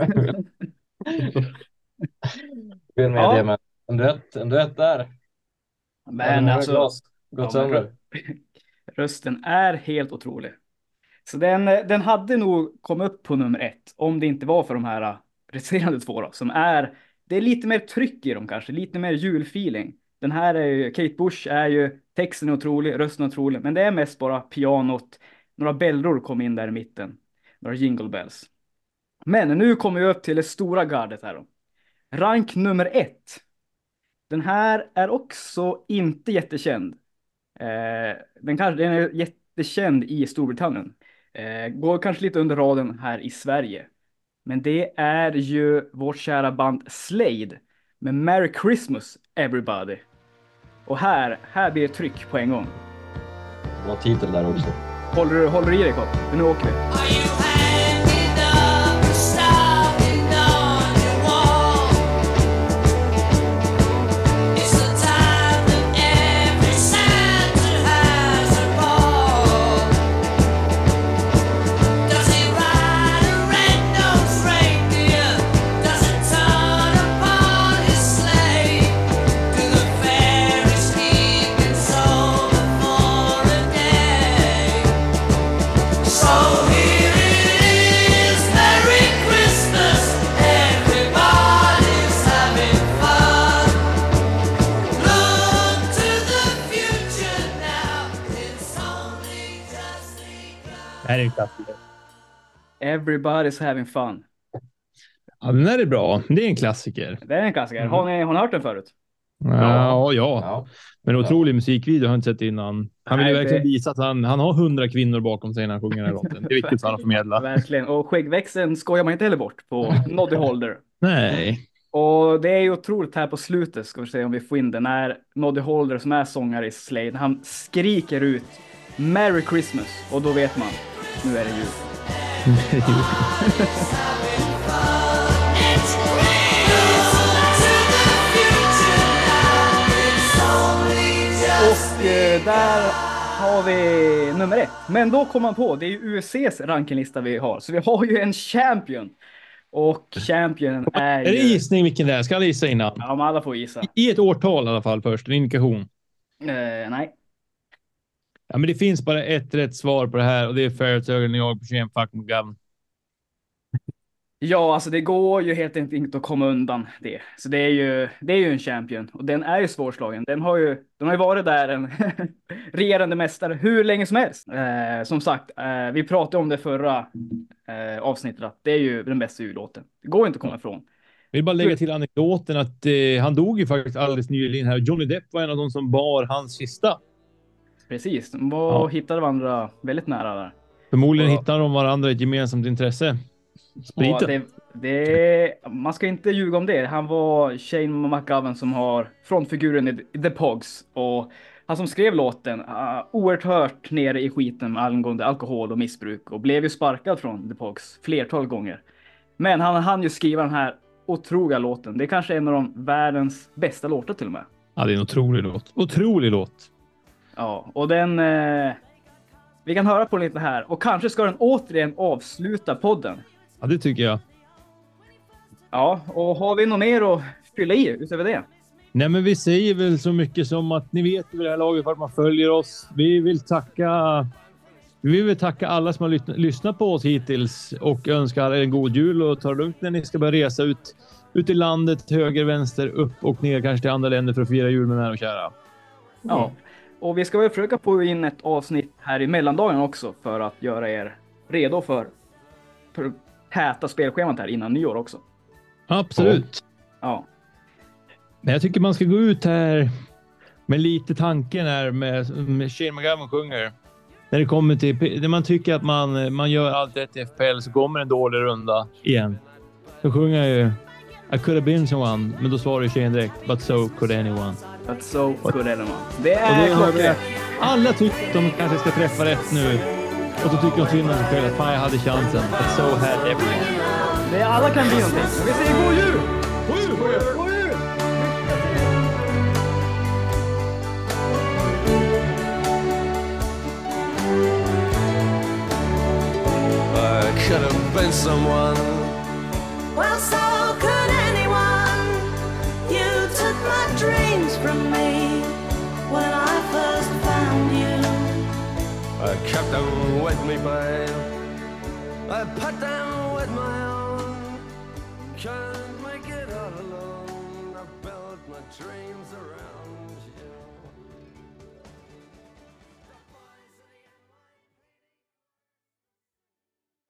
Vill med det, men en duett där. Men alltså... Gått sönder. Rösten är helt otrolig. Så den hade nog kommit upp på nummer 1 om det inte var för de här resterande två då, som det är lite mer tryck i dem kanske, lite mer julfeeling. Den här är ju, Kate Bush är ju, texten är otrolig, rösten är otrolig, men det är mest bara pianot, några bällror kom in där i mitten, några jingle bells. Men nu kommer vi upp till det stora gardet här då. Rank nummer 1. Den här är också inte jättekänd. Den är jättekänd i Storbritannien. Går kanske lite under raden här i Sverige. Men det är ju vårt kära band Slade med Merry Christmas Everybody. Och här blir det tryck på en gång. Bra titel där också. Håller du i dig, Kopp? För nu åker vi. Här är en klassiker. Everybody's having fun. Ja, den här är bra. Det är en klassiker. Det är en klassiker. Har ni hört den förut? Ja. Men otrolig musikvideo har jag inte sett innan. Han vill ju verkligen visa att han har 100 kvinnor bakom sig när han sjunger den här låten. Det är viktigt för han att förmedla. Verkligen. Och skäggväxeln skojar man inte heller bort på Noddy Holder. Nej. Och det är ju otroligt här på slutet, ska vi se om vi får in det, när Noddy Holder som är sångare i Slade, han skriker ut Merry Christmas, och då vet man, nu är det jul. Och där har vi nummer 1. Men då kommer man på, det är ju UFCs rankinglista vi har, så vi har ju en champion. Och champion är ju... Är det gissning vilken det är? Ska alla gissa innan? Ja, men alla får gissa. I ett årtal i alla fall först, en indikation. Nej. Ja, men det finns bara ett rätt svar på det här, och det är Ferrets ögon och jag på Shane fucking McGovern. Ja, alltså det går ju helt enkelt inte att komma undan det. Så det är ju en champion, och den är ju svårslagen. Den har ju varit där, en regerande mästare, hur länge som helst. Som sagt, vi pratade om det förra avsnittet, att det är ju den bästa jullåten. Det går inte att komma ifrån. Jag vill bara lägga till anekdoten att han dog ju faktiskt alldeles nyligen här. Johnny Depp var en av de som bar hans kista. Precis, de hittade varandra väldigt nära där. Förmodligen hittade de varandra ett gemensamt intresse. Spriten. Man ska inte ljuga om det. Han var Shane McGovern som har frontfiguren i The Pogs. Och han som skrev låten oerhört nere i skiten angående alkohol och missbruk. Och blev ju sparkad från The Pogs flertal gånger. Men han hann ju skriva den här otroliga låten. Det är kanske en av de världens bästa låtar till och med. Ja, det är en otrolig låt. Otrolig låt. Ja, och den... vi kan höra på lite här. Och kanske ska den återigen avsluta podden. Ja, det tycker jag. Ja, och har vi något mer att fylla i utöver det? Nej, men vi säger väl så mycket som att ni vet vid det här laget för att man följer oss. Vi vill tacka alla som har lyssnat på oss hittills och önska alla en god jul och ta det lugnt när ni ska börja resa ut i landet, höger, vänster, upp och ner, kanske till andra länder för att fira jul med nära och kära. Ja, och vi ska väl försöka få in ett avsnitt här i mellandagen också för att göra er redo för täta spelschemat här innan nyår också. Absolut. Ja. Men jag tycker man ska gå ut här med lite tanken här med Shane McGovern sjunger. När det kommer till, när man tycker att man gör allt rätt i FPL så kommer en dålig runda igen. Så sjunger jag ju I could have been someone, men då svarar ju Shane direkt But so could anyone. But so could anyone. Det är klockrent. Alla tycker att de kanske ska träffa rätt nu. Och så tycker de synd om sig själv att fan jag hade chansen. But so had everyone. Det är alla kan bli någonting. Vi säger god jul! God jul! God jul! God jul! I could have been someone. Well, so could anyone. You took my dreams from me when I first found you. I kept them with me, babe. I put them